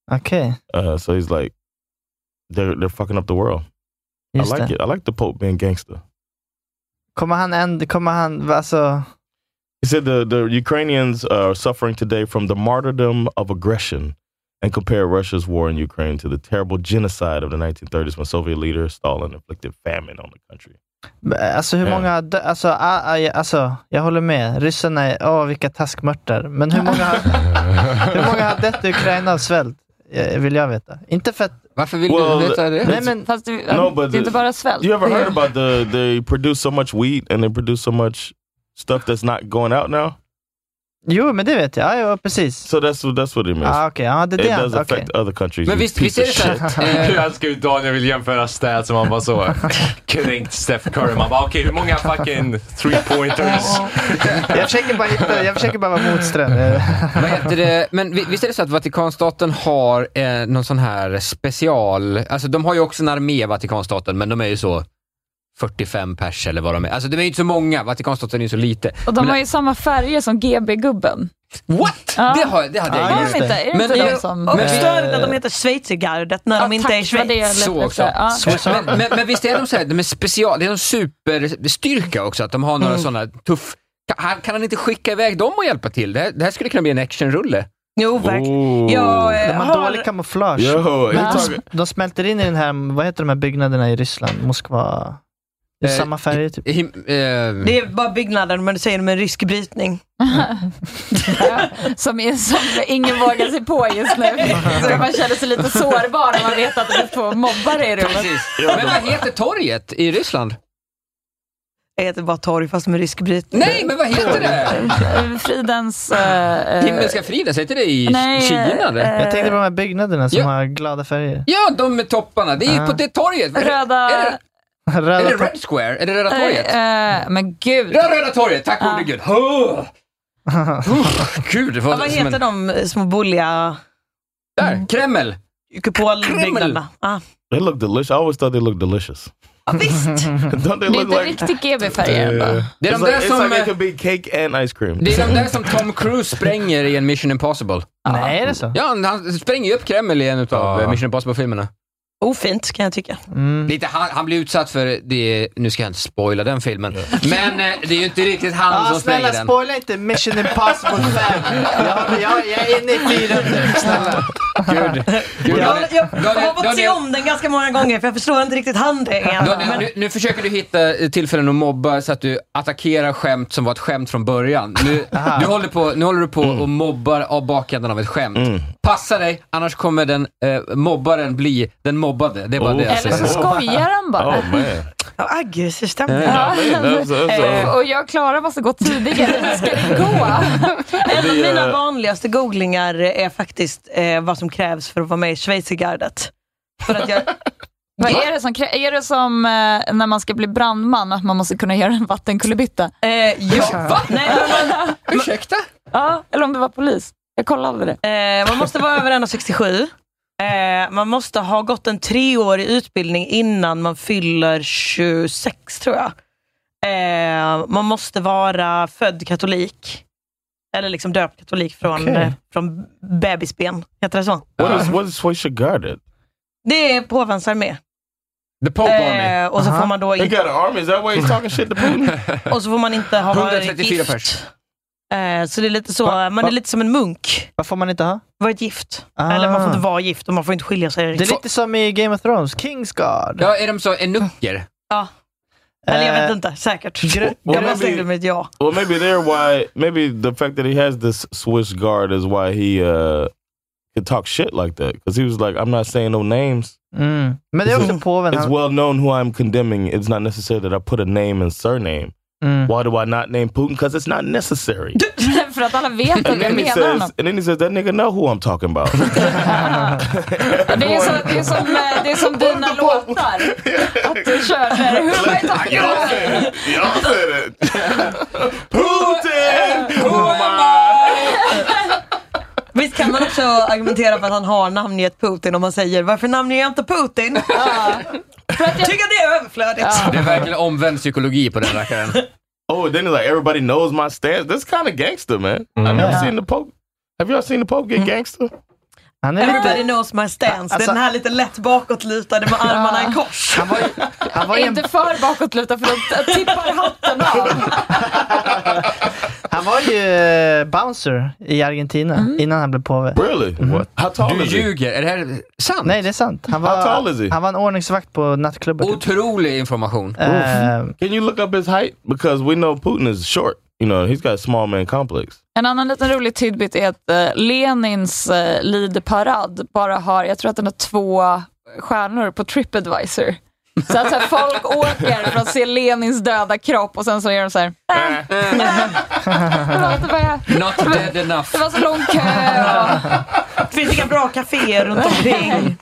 Okay. Uh, so he's like, they're they're fucking up the world. Just I like det. it. I like the Pope being gangster. Kommer han ändå, kommer han, alltså... He said the, the Ukrainians are suffering today from the martyrdom of aggression and compare Russia's war in Ukraine to the terrible genocide of the nineteen thirties when Soviet leader Stalin inflicted famine on the country. Alltså hur Yeah. många, dö- alltså, a, a, alltså jag håller med, ryssarna är, åh vilka taskmörtar, men hur många har, hur många har dött i Ukraina av svält? Eh, Vill jag veta. Inte för att... Varför vill Well, du veta det? Nej, men, Fast det, No, but det är inte bara svält. You ever heard about the they produce so much wheat and they produce so much stuff that's not going out now? jo, men det vet jag. Ja, ja precis. So that's what that's what it means. Ah, okej. Ja, det är It det. does Okej. affect other countries. Men you visst, piece visst är det of så shit. att... eh, Jag älskar hur Daniel vill jämföra stats som han bara så kränkt Steph Curry. Man bara okej, hur många fucking three-pointers? Jag försöker bara hitta, jag försöker bara vara motstränd. Vad heter det? Men vi- visst är det så att Vatikanstaten har eh, någon sån här special... Alltså de har ju också en armé, Vatikanstaten, men de är ju så fyrtiofem pers eller vad de är. Alltså de är ju inte så många, Vatikanstaten är ju så lite. Och de men, har ju samma färger som G B-gubben. What? Ja. Det, har, det hade jag Ja, ingen just Är det. det inte, är det Men inte det- de som... Och Men- störigt att de heter Schweizergardet när de Ja, inte är i tack, vad det Schweiz. är Så lite också. Ja. Men, men, men visst är de så här, de är special, det är en superstyrka också, att de har några sådana tuff... Kan, kan han inte skicka iväg dem och hjälpa till? Det här, det här skulle kunna bli en actionrulle. Jo, verkligen. Ooh. Jag eh, De har har... dålig kamouflage. Yo, Men you de, talking- de smälter in i den här, vad heter de här byggnaderna i Ryssland? Moskva. Det är Eh, samma färger typ. Him, eh, Det är bara byggnaden, men du säger med rysk brytning. Ja, som, är, som ingen vågar sig på just nu. Så man känner sig lite sårbar när man vet att det är två mobbare i rummet. precis. Men vad heter torget i Ryssland? Det heter bara torg fast med rysk brytning. Nej, men vad heter det? Fridens... Uh, Himmelska friden, säger inte det i Nej, Kina? Eller? eh, Jag tänkte på de här byggnaderna som Ja. har glada färger. Ja, de med topparna. Det är ju Ah. på det torget. Röda... Är det, är Röda det to- Red Square? Är det Röda torget? Eh, eh, men gud. Röda, Röda torget, tack gode gud. Oh. Gud, det var Ja, vad som heter en... de små bulliga Där, Kreml. kupolbyggnaderna? Ah. They look delicious. I always thought they looked delicious. Ja, visst. Don't they Det är look inte like? riktigt G B-färger ändå. Uh, Det är it's de like, där it's som... like it could be cake and ice cream. Det är de där som Tom Cruise spränger i en Mission Impossible. Nej, är det så? Ja, han, han spränger ju upp Kreml i en av Ja. Mission Impossible-filmerna. Ofint kan jag tycka. Mm. Lite, han, han blir utsatt för det, nu ska jag inte spoila den filmen, men eh, det är ju inte riktigt han Ah, som spränger snälla, den. spoila inte Mission Impossible fem. jag, jag, jag är inne i fyran nu, snälla. Gud. Gud, Jag, Daniel, jag, jag Daniel, har fått se Daniel, om den ganska många gånger för jag förstår inte riktigt handlingen. Daniel, Men, nu, nu försöker du hitta eh, tillfällen att mobba så att du attackerar skämt som var ett skämt från början. Nu, du håller på, nu håller du på och mobbar av bakänden av ett skämt. Passa dig, annars kommer den eh, mobbaren bli den mobbade. Det är bara Oh. det jag Eller så säger. skojar han bara. Oh man. ja, aggressiv stämning. Oh, man, that's, that's, Eh, uh, Och jag och Klara måste gå tidigare. Hur ska det gå? En av Det är- mina vanligaste googlingar är faktiskt eh, vad som krävs för att vara med i Schweizergardet. För att jag... Vad är det som, krä- är det som eh, när man ska bli brandman, att man måste kunna göra en vattenkullerbytta? Eh, ja. Va? Nej, men, Ursäkta? Ja, eller om det var polis. Jag kollade det. Eh, man måste vara över en komma sextiosju. Eh, man måste ha gått en treårig utbildning innan man fyller tjugosex, tror jag. Eh, man måste vara född katolik. Eller liksom döpt katolik från, Okej. eh, från bebisben. Heter det så? what is what is Schweizergardet? Det är påvens armé. The Pope Army. Eh, och så Aha. får man då They inte, got an army. Is that why he's talking shit to Putin? och så får man inte ha varit etthundratrettiofyra gift. pers. Eh, så det är lite så, Va? man är Va? lite som en munk. Vad får man inte ha? Varit gift. Ah. Eller man får inte vara gift och man får inte skilja sig. Det är lite som i Game of Thrones, Kingsguard. Ja, är de så enucker? Ja. Eller jag Eh, vet inte, säkert. gre- Jag Well, måste maybe- tänka med ett ja. Well, maybe they're why. Maybe the fact that he has this Swiss guard is why he uh could talk shit like that. Because he was like, I'm not saying no names. Mm. Men det är också påven. It's Han, well known who I'm condemning. It's not necessary that I put a name and surname. mm. Why do I not name Putin? Because it's not necessary. För att alla vet att And jag then he menar says, honom. and then he says, that nigga know who I'm talking about. Det är, så, det, är som, eh, det är som dina låtar. Att du kör där. Who am I talking Y'all about? said it. Y'all said it. Putin! Who am I? Visst kan man också argumentera för att han har namngett Putin om man säger varför namnger jag inte Putin? Ja. För att jag, Tycker det är överflödigt. Ja. Det är verkligen omvänd psykologi på den rackaren. Oh, then it's like everybody knows my stance. That's kind of gangster, man. I've never seen the Pope. Have y'all seen the Pope get gangster? Han är Everybody lite... knows my stance. Alltså- Den här lite lätt bakåtlutade med armarna i kors. Han var ju, han var ju en, Inte för bakåtlutad för då tippar hatten av. han var ju eh, bouncer i Argentina Mm. innan han blev påve. Really? What? How tall Du is he? ljuger, är det här sant? Nej, det är sant. Han How tall var, is he? han var en ordningsvakt på nattklubben. Otrolig information. Eh, Can you look up his height? Because we know Putin is short. You know, he's got a small man complex. En annan liten rolig tidbit är att eh, Lenins eh, lideparad bara har, jag tror att den har två stjärnor på TripAdvisor. Så att så här, folk åker för att se Lenins döda kropp och sen så gör de så här. Äh. det, var, det, var, Not dead enough. det var så lång kö. Och, Det finns inga bra kaféer runt omkring.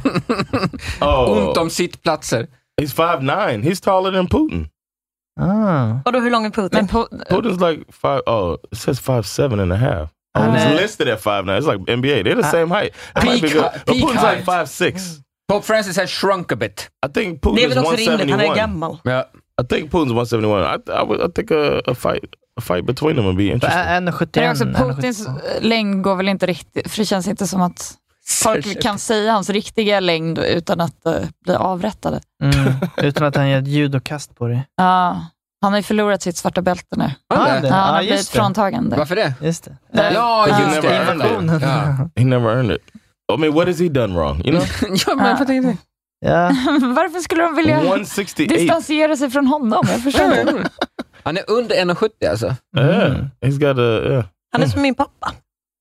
Oh, Ont om sittplatser. he's five nine. He's taller than Putin. ah. Och då hur lång är Putin? men på, Putin's like five. Oh, it says five seven and a half. Oh, Han he's är- listed at five nine. It's like N B A. They're the same height. That might be Peak good. height- But peak Putin's like height. five six. Pope Francis has shrunk a bit. I think Det är Putin's väl också one rimligt, seventy han är one. gammal. Ja. I think Putin's one seventy one. I, I, would, I think a, a fight, a fight between them would be interesting. en men sjuttioen. också Putins längd går väl inte riktigt, för det känns inte som att folk kan säga hans riktiga längd utan att uh, bli avrättade. Mm, utan att han gör ett judokast på dig. Ja, han har ju förlorat sitt svarta bälte nu. Ah, det. Ja, han Ah, har just blivit det. fråntagen. Varför det? Just det. Det- Ja, Ja. just det. Invasionen. Ja. He never earned it. I mean, what has he done wrong? You know, Ja, men jag fattar inte. Ja. Varför skulle de vilja one sixty eight. distansera sig från honom? Jag förstår inte. Han är under en sjuttio alltså. Yeah, he's got a. Yeah. Han är som min pappa.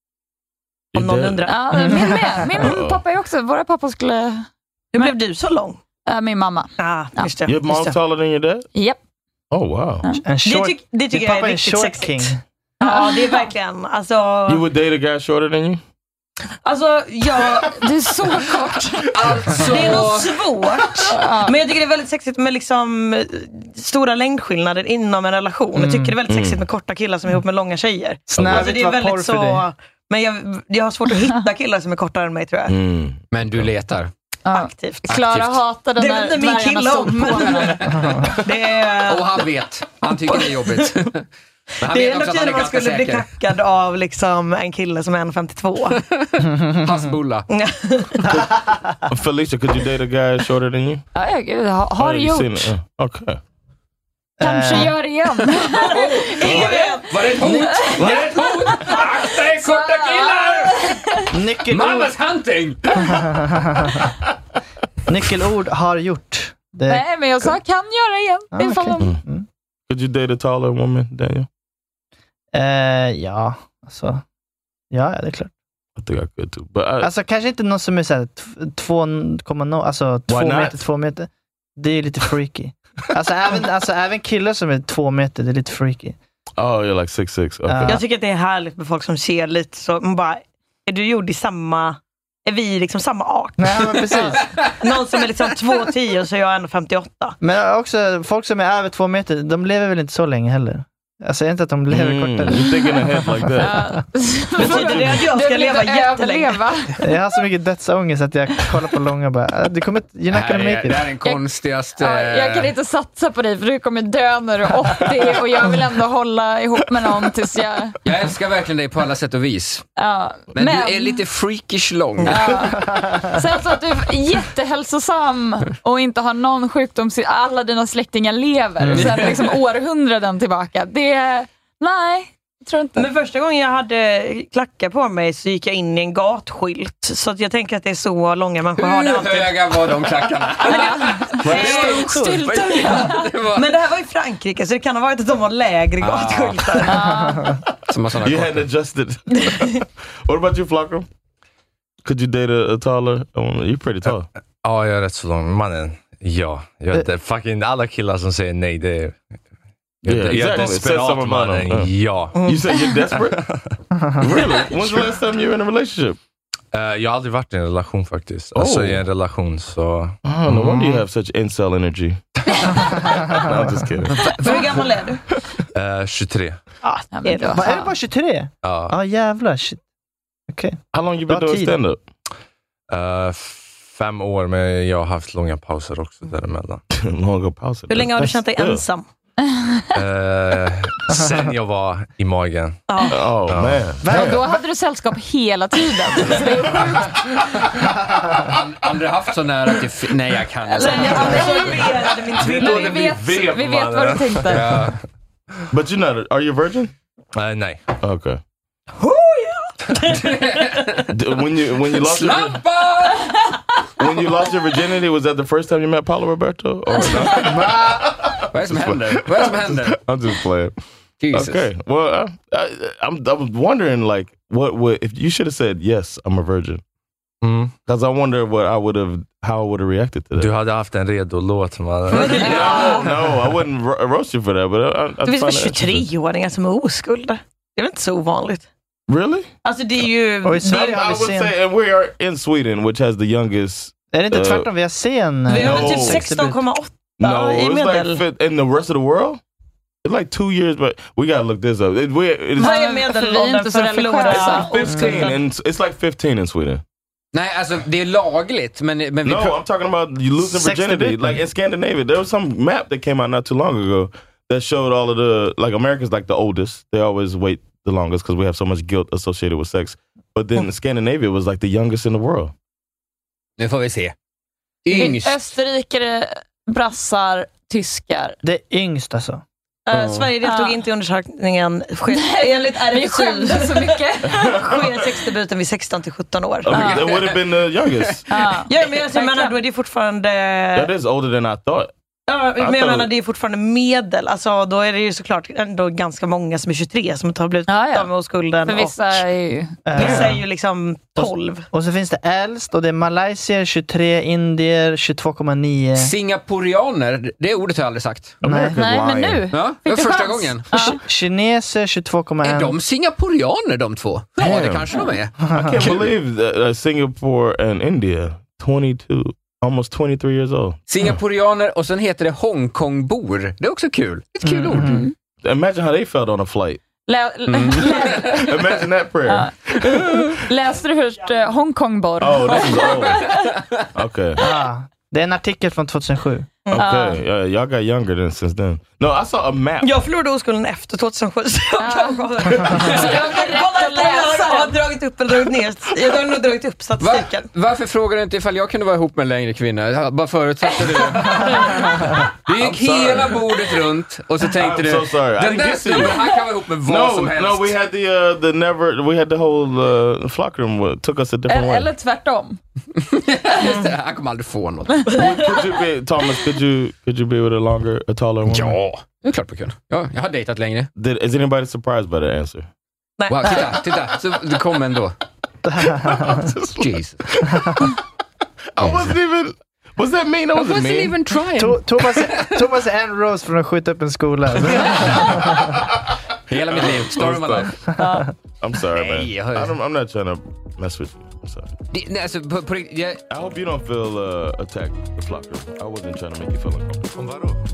Om He någon did. undrar. Ja, min med. Min Uh-oh. pappa är också, våra pappa skulle... Hur blev du så lång? Äh, min mamma. Ah, Ja. just det. Your Just mom det. taller than your dad? Japp. Oh wow. En Det, short, tyck, det din tycker jag pappa är är en riktigt short sexigt. king. Ja, det är verkligen. Alltså, You would date a guy shorter than you? alltså jag, Du är så kort. Alltså... det är nog svårt. Men jag tycker det är väldigt sexigt med liksom eh, stora längdskillnader inom en relation. Jag tycker det är väldigt sexigt Mm. med korta killar som är ihop med långa tjejer. Snävigt Alltså, det är var väldigt porr för så, dig. men jag, jag har svårt att hitta killar som är kortare än mig, tror jag. Mm. Men du letar. Ja. Aktivt. Klara Aktivt. hatade Det när vet inte min dvärgarna kille stod om. på varandra. Det är, Och han vet. Han tycker det är jobbigt. Men han det är vet också ändå att han kul är om man ganska skulle bli säker. kackad av liksom en kille som är en femtiotvå. Hasbulla. Felicia, could you date a guy shorter than you? Ja, ja, gud, har, har Oh, det you seen gjort. it? Uh, okay. Kanske Eh. gör igen. Ingen vet. Var det ett hot? Var det ett hot? Akta er korta killar! Nyckelord, Mammas hunting! nyckelord har gjort. Det, Nej, men jag sa kan göra igen. Ah, Ifall okej. de... Mm. Could you date a taller woman, Daniel? Eh, ja, alltså. Ja, ja, det är klart. I think I could too. But I, Alltså kanske inte någon som är såhär två komma noll, alltså två not? meter, två meter. Det är lite freaky. Alltså även, alltså även killar som är två meter, det är lite freaky. oh, you're like six six. Okay. Ja. Jag tycker att det är härligt med folk som ser lite så, man bara, är du gjord i samma, är vi liksom samma art? Nej, men precis. Någon som är liksom två tio och så är jag en femtioåtta. Men också folk som är över två meter, de lever väl inte så länge heller. Alltså inte att de lever Mm, kortare. you're thinking ahead like that. Betyder det att jag Du ska vill leva inte jättelänge? överleva. Jag har så mycket dödsångest att jag kollar på långa och bara, det kommer inte, you're not Det gonna här make är, det här är it. den konstigaste... Ja, jag kan inte satsa på dig för du kommer dö när du är åttio och jag vill ändå hålla ihop med någon tills jag... Jag älskar verkligen dig på alla sätt och vis. Ja, Men, du är lite freakish lång. Ja. Sen så att du är jättehälsosam och inte har någon sjukdom, alla dina släktingar lever sen liksom århundraden tillbaka. Det, nej, jag tror inte. Men första gången jag hade klackar på mig så gick jag in i en gatskylt. Så att jag tänker att det är så långa människor har det Hur alltid. höga var de klackarna? Styltor. Men det här var i Frankrike så det kan ha varit att de har lägre gatskyltar. Som har såna You korta. hadn't adjusted. What about you, Flacco? Could you date a, a taller woman? You're pretty tall. Ja, jag är rätt så lång. Mannen, ja. Jag vet inte, fucking alla killar som säger nej, det är... Jag, Yeah, jag är exactly. It says desperat, something about mannen. them. Uh. Ja. You say you're desperate? Really? When's the last time you were in a relationship? Uh, jag har aldrig varit i en relation faktiskt. Alltså Oh. i en relation så... Oh, no wonder you have such incel energy. No, I'm just kidding. Hur gammal är du? Uh, tjugotre. Ja, Ja, det är men då- bra. Vad, är det bara tjugotre? Ja. Ja, jävlar. Shit. Okej. How long you Bra been doing tid. stand-up? Uh, fem år, men jag har haft långa pauser också däremellan. Longer pause. Hur länge har du känt dig ensam? uh, sen jag var i magen. Ja. Oh, Ja. man. Och då hade du sällskap hela tiden. Aldrig haft så nära till... F- Nej, jag kan inte. Sen jag absorberade min tvilling. Vi vet, vi vet vad du tänkte. Ja. But you're not, are you a virgin? Uh, nej. Okay. D- when you when you lost your, when you lost your virginity, was that the first time you met Paolo Roberto? Or not? Vad är det som händer? Vad är det som händer? I'm just playing. Jesus. Okay. Well, I, I, I'm I was wondering like what would if you should have said yes, I'm a virgin. Because I wonder what I would have, how I would have reacted to that. Du hade haft en redo låt. Man. no, no, I wouldn't ro- roast you for that. But I, I, Det finns väl find it tjugotre-åringar som är oskulda. Det är väl inte så ovanligt? Really? Alltså det är ju... Och i Sverige har I vi would sen... say, and we are in Sweden, which has the youngest. Är det inte uh, tvärtom? Vi har sen... Vi har väl No. typ sexton komma åtta No, i it's medel. like fit in the rest of the world. It's like two years, but we gotta look this up. It, we, it's, Vad är Vi är medelåldern inte så för att förlora religiösa. fifteen, and it's, it's like fifteen in Sweden. Nej, alltså det är lagligt, men, men vi No, pra- I'm talking about you losing Sex virginity. debut. Like in Scandinavia, there was some map that came out not too long ago that showed all of the, like America's like the oldest. They always wait the longest because we have so much guilt associated with sex. But then Scandinavia was like the youngest in the world. Nu får vi se. Yngst. Österrikare, brassar, tyskar. Det är yngst alltså. Uh, Sverige deltog Ja. inte i undersökningen. Sker, enligt R Vi F S U skämdes så mycket. sker sexdebuten vid sexton till sjutton år. I mean, that would have been the youngest. Ja, Ja, men alltså, jag menar, då är det fortfarande... That is older than I thought. Ja, men jag thought- menar, det är fortfarande medel. Alltså, då är det ju såklart ändå ganska många som är tjugotre som har blivit Ja, ja. av med oskulden. För vissa är ju... Eh, Vissa är ju liksom tolv. Och så finns det äldst och det är malaysier tjugotre, indier tjugotvå komma nio. Singaporianer, det ordet har jag aldrig sagt. America's Nej, men lying. nu. Ja, det var Fick du första chans? gången. Ki- Kineser tjugotvå komma ett. Är de singaporianer de två? Ja, det Damn. kanske de är. I can't believe that uh, Singapore and India, twenty-two, almost twenty-three years old. Singaporianer och sen heter det Hongkongbor. Det är också kul. Ett kul ord. Mm. Imagine how they felt on a flight. Lä, lä, Imagine that prayer. läste du först uh, Hongkongbor? Oh, this is old. Okay. Ja, det är en artikel från tjugohundrasju. Okay. Yeah, y'all got younger than since then. No, I saw a map. Jag förlorade oskulden efter tjugohundrasju. Så jag kan kolla. Så jag har rätt att läsa Jag har den. dragit upp eller dragit ner. Jag har nog dragit upp Va? statistiken. Varför frågar du inte ifall jag kunde vara ihop med en längre kvinna? Jag bara förutsatte det. Du gick I'm sorry. hela bordet runt och så tänkte I'm du, so sorry. I den didn't där get to you. snubben, han kan vara ihop med vad No, som helst. no, we had the uh, the never. We had the whole uh, flock room. uh, Took us a different Eller, way. eller tvärtom. Just det, han kommer aldrig få något. Could you be Thomas? Could you could you be with a longer, a taller woman? Ja, det är klart på kunde. Ja, jag har dejtat längre. Did, is anybody surprised by the answer? Nej. Wow, titta, titta. Så det kom ändå. Jesus. I wasn't even. Was that mean? That I wasn't wasn't mean. even trying. To- Thomas, Thomas är en rose från att skjuta upp en skola. Hela mitt liv. Story of my life. I'm sorry, man. Nej, I jag- don't, I'm not trying to mess with you. I'm sorry. Det, nej, alltså, på, på, riktigt, jag, I hope you don't feel uh, attacked, the flock room. I wasn't trying to make you feel uncomfortable.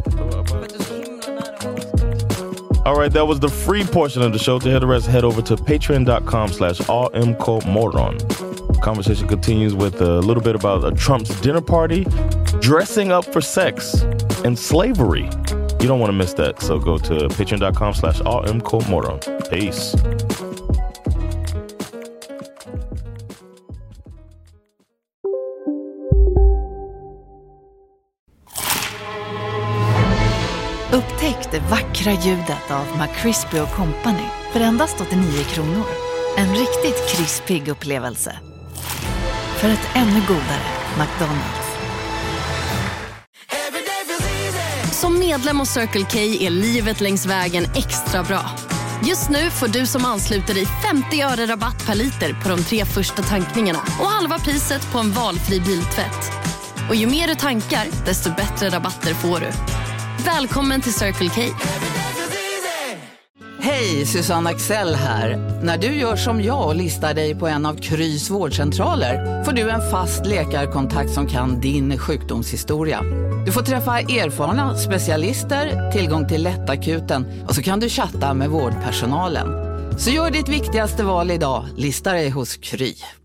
All right, that was the free portion of the show. To hear the rest, head over to patreon.com slash rmcomoron. Conversation continues with a little bit about uh, Trump's dinner party, dressing up for sex, and slavery. You don't want to miss that, so go to patreon.com slash rmcomoron. Peace. Upptäck det vackra ljudet av McCrispy och Company för endast åttionio kronor. En riktigt krispig upplevelse. För ett ännu godare McDonald's. Som medlem hos Circle K är livet längs vägen extra bra. Just nu får du som ansluter dig femtio öre rabatt per liter på de tre första tankningarna och halva priset på en valfri biltvätt. Och ju mer du tankar, desto bättre rabatter får du. Välkommen till Circle K. Hej, Susanne Axel här. När du gör som jag och listar dig på en av Krys vårdcentraler får du en fast läkarkontakt som kan din sjukdomshistoria. Du får träffa erfarna specialister, tillgång till lättakuten och så kan du chatta med vårdpersonalen. Så gör ditt viktigaste val idag, listar dig hos Kry.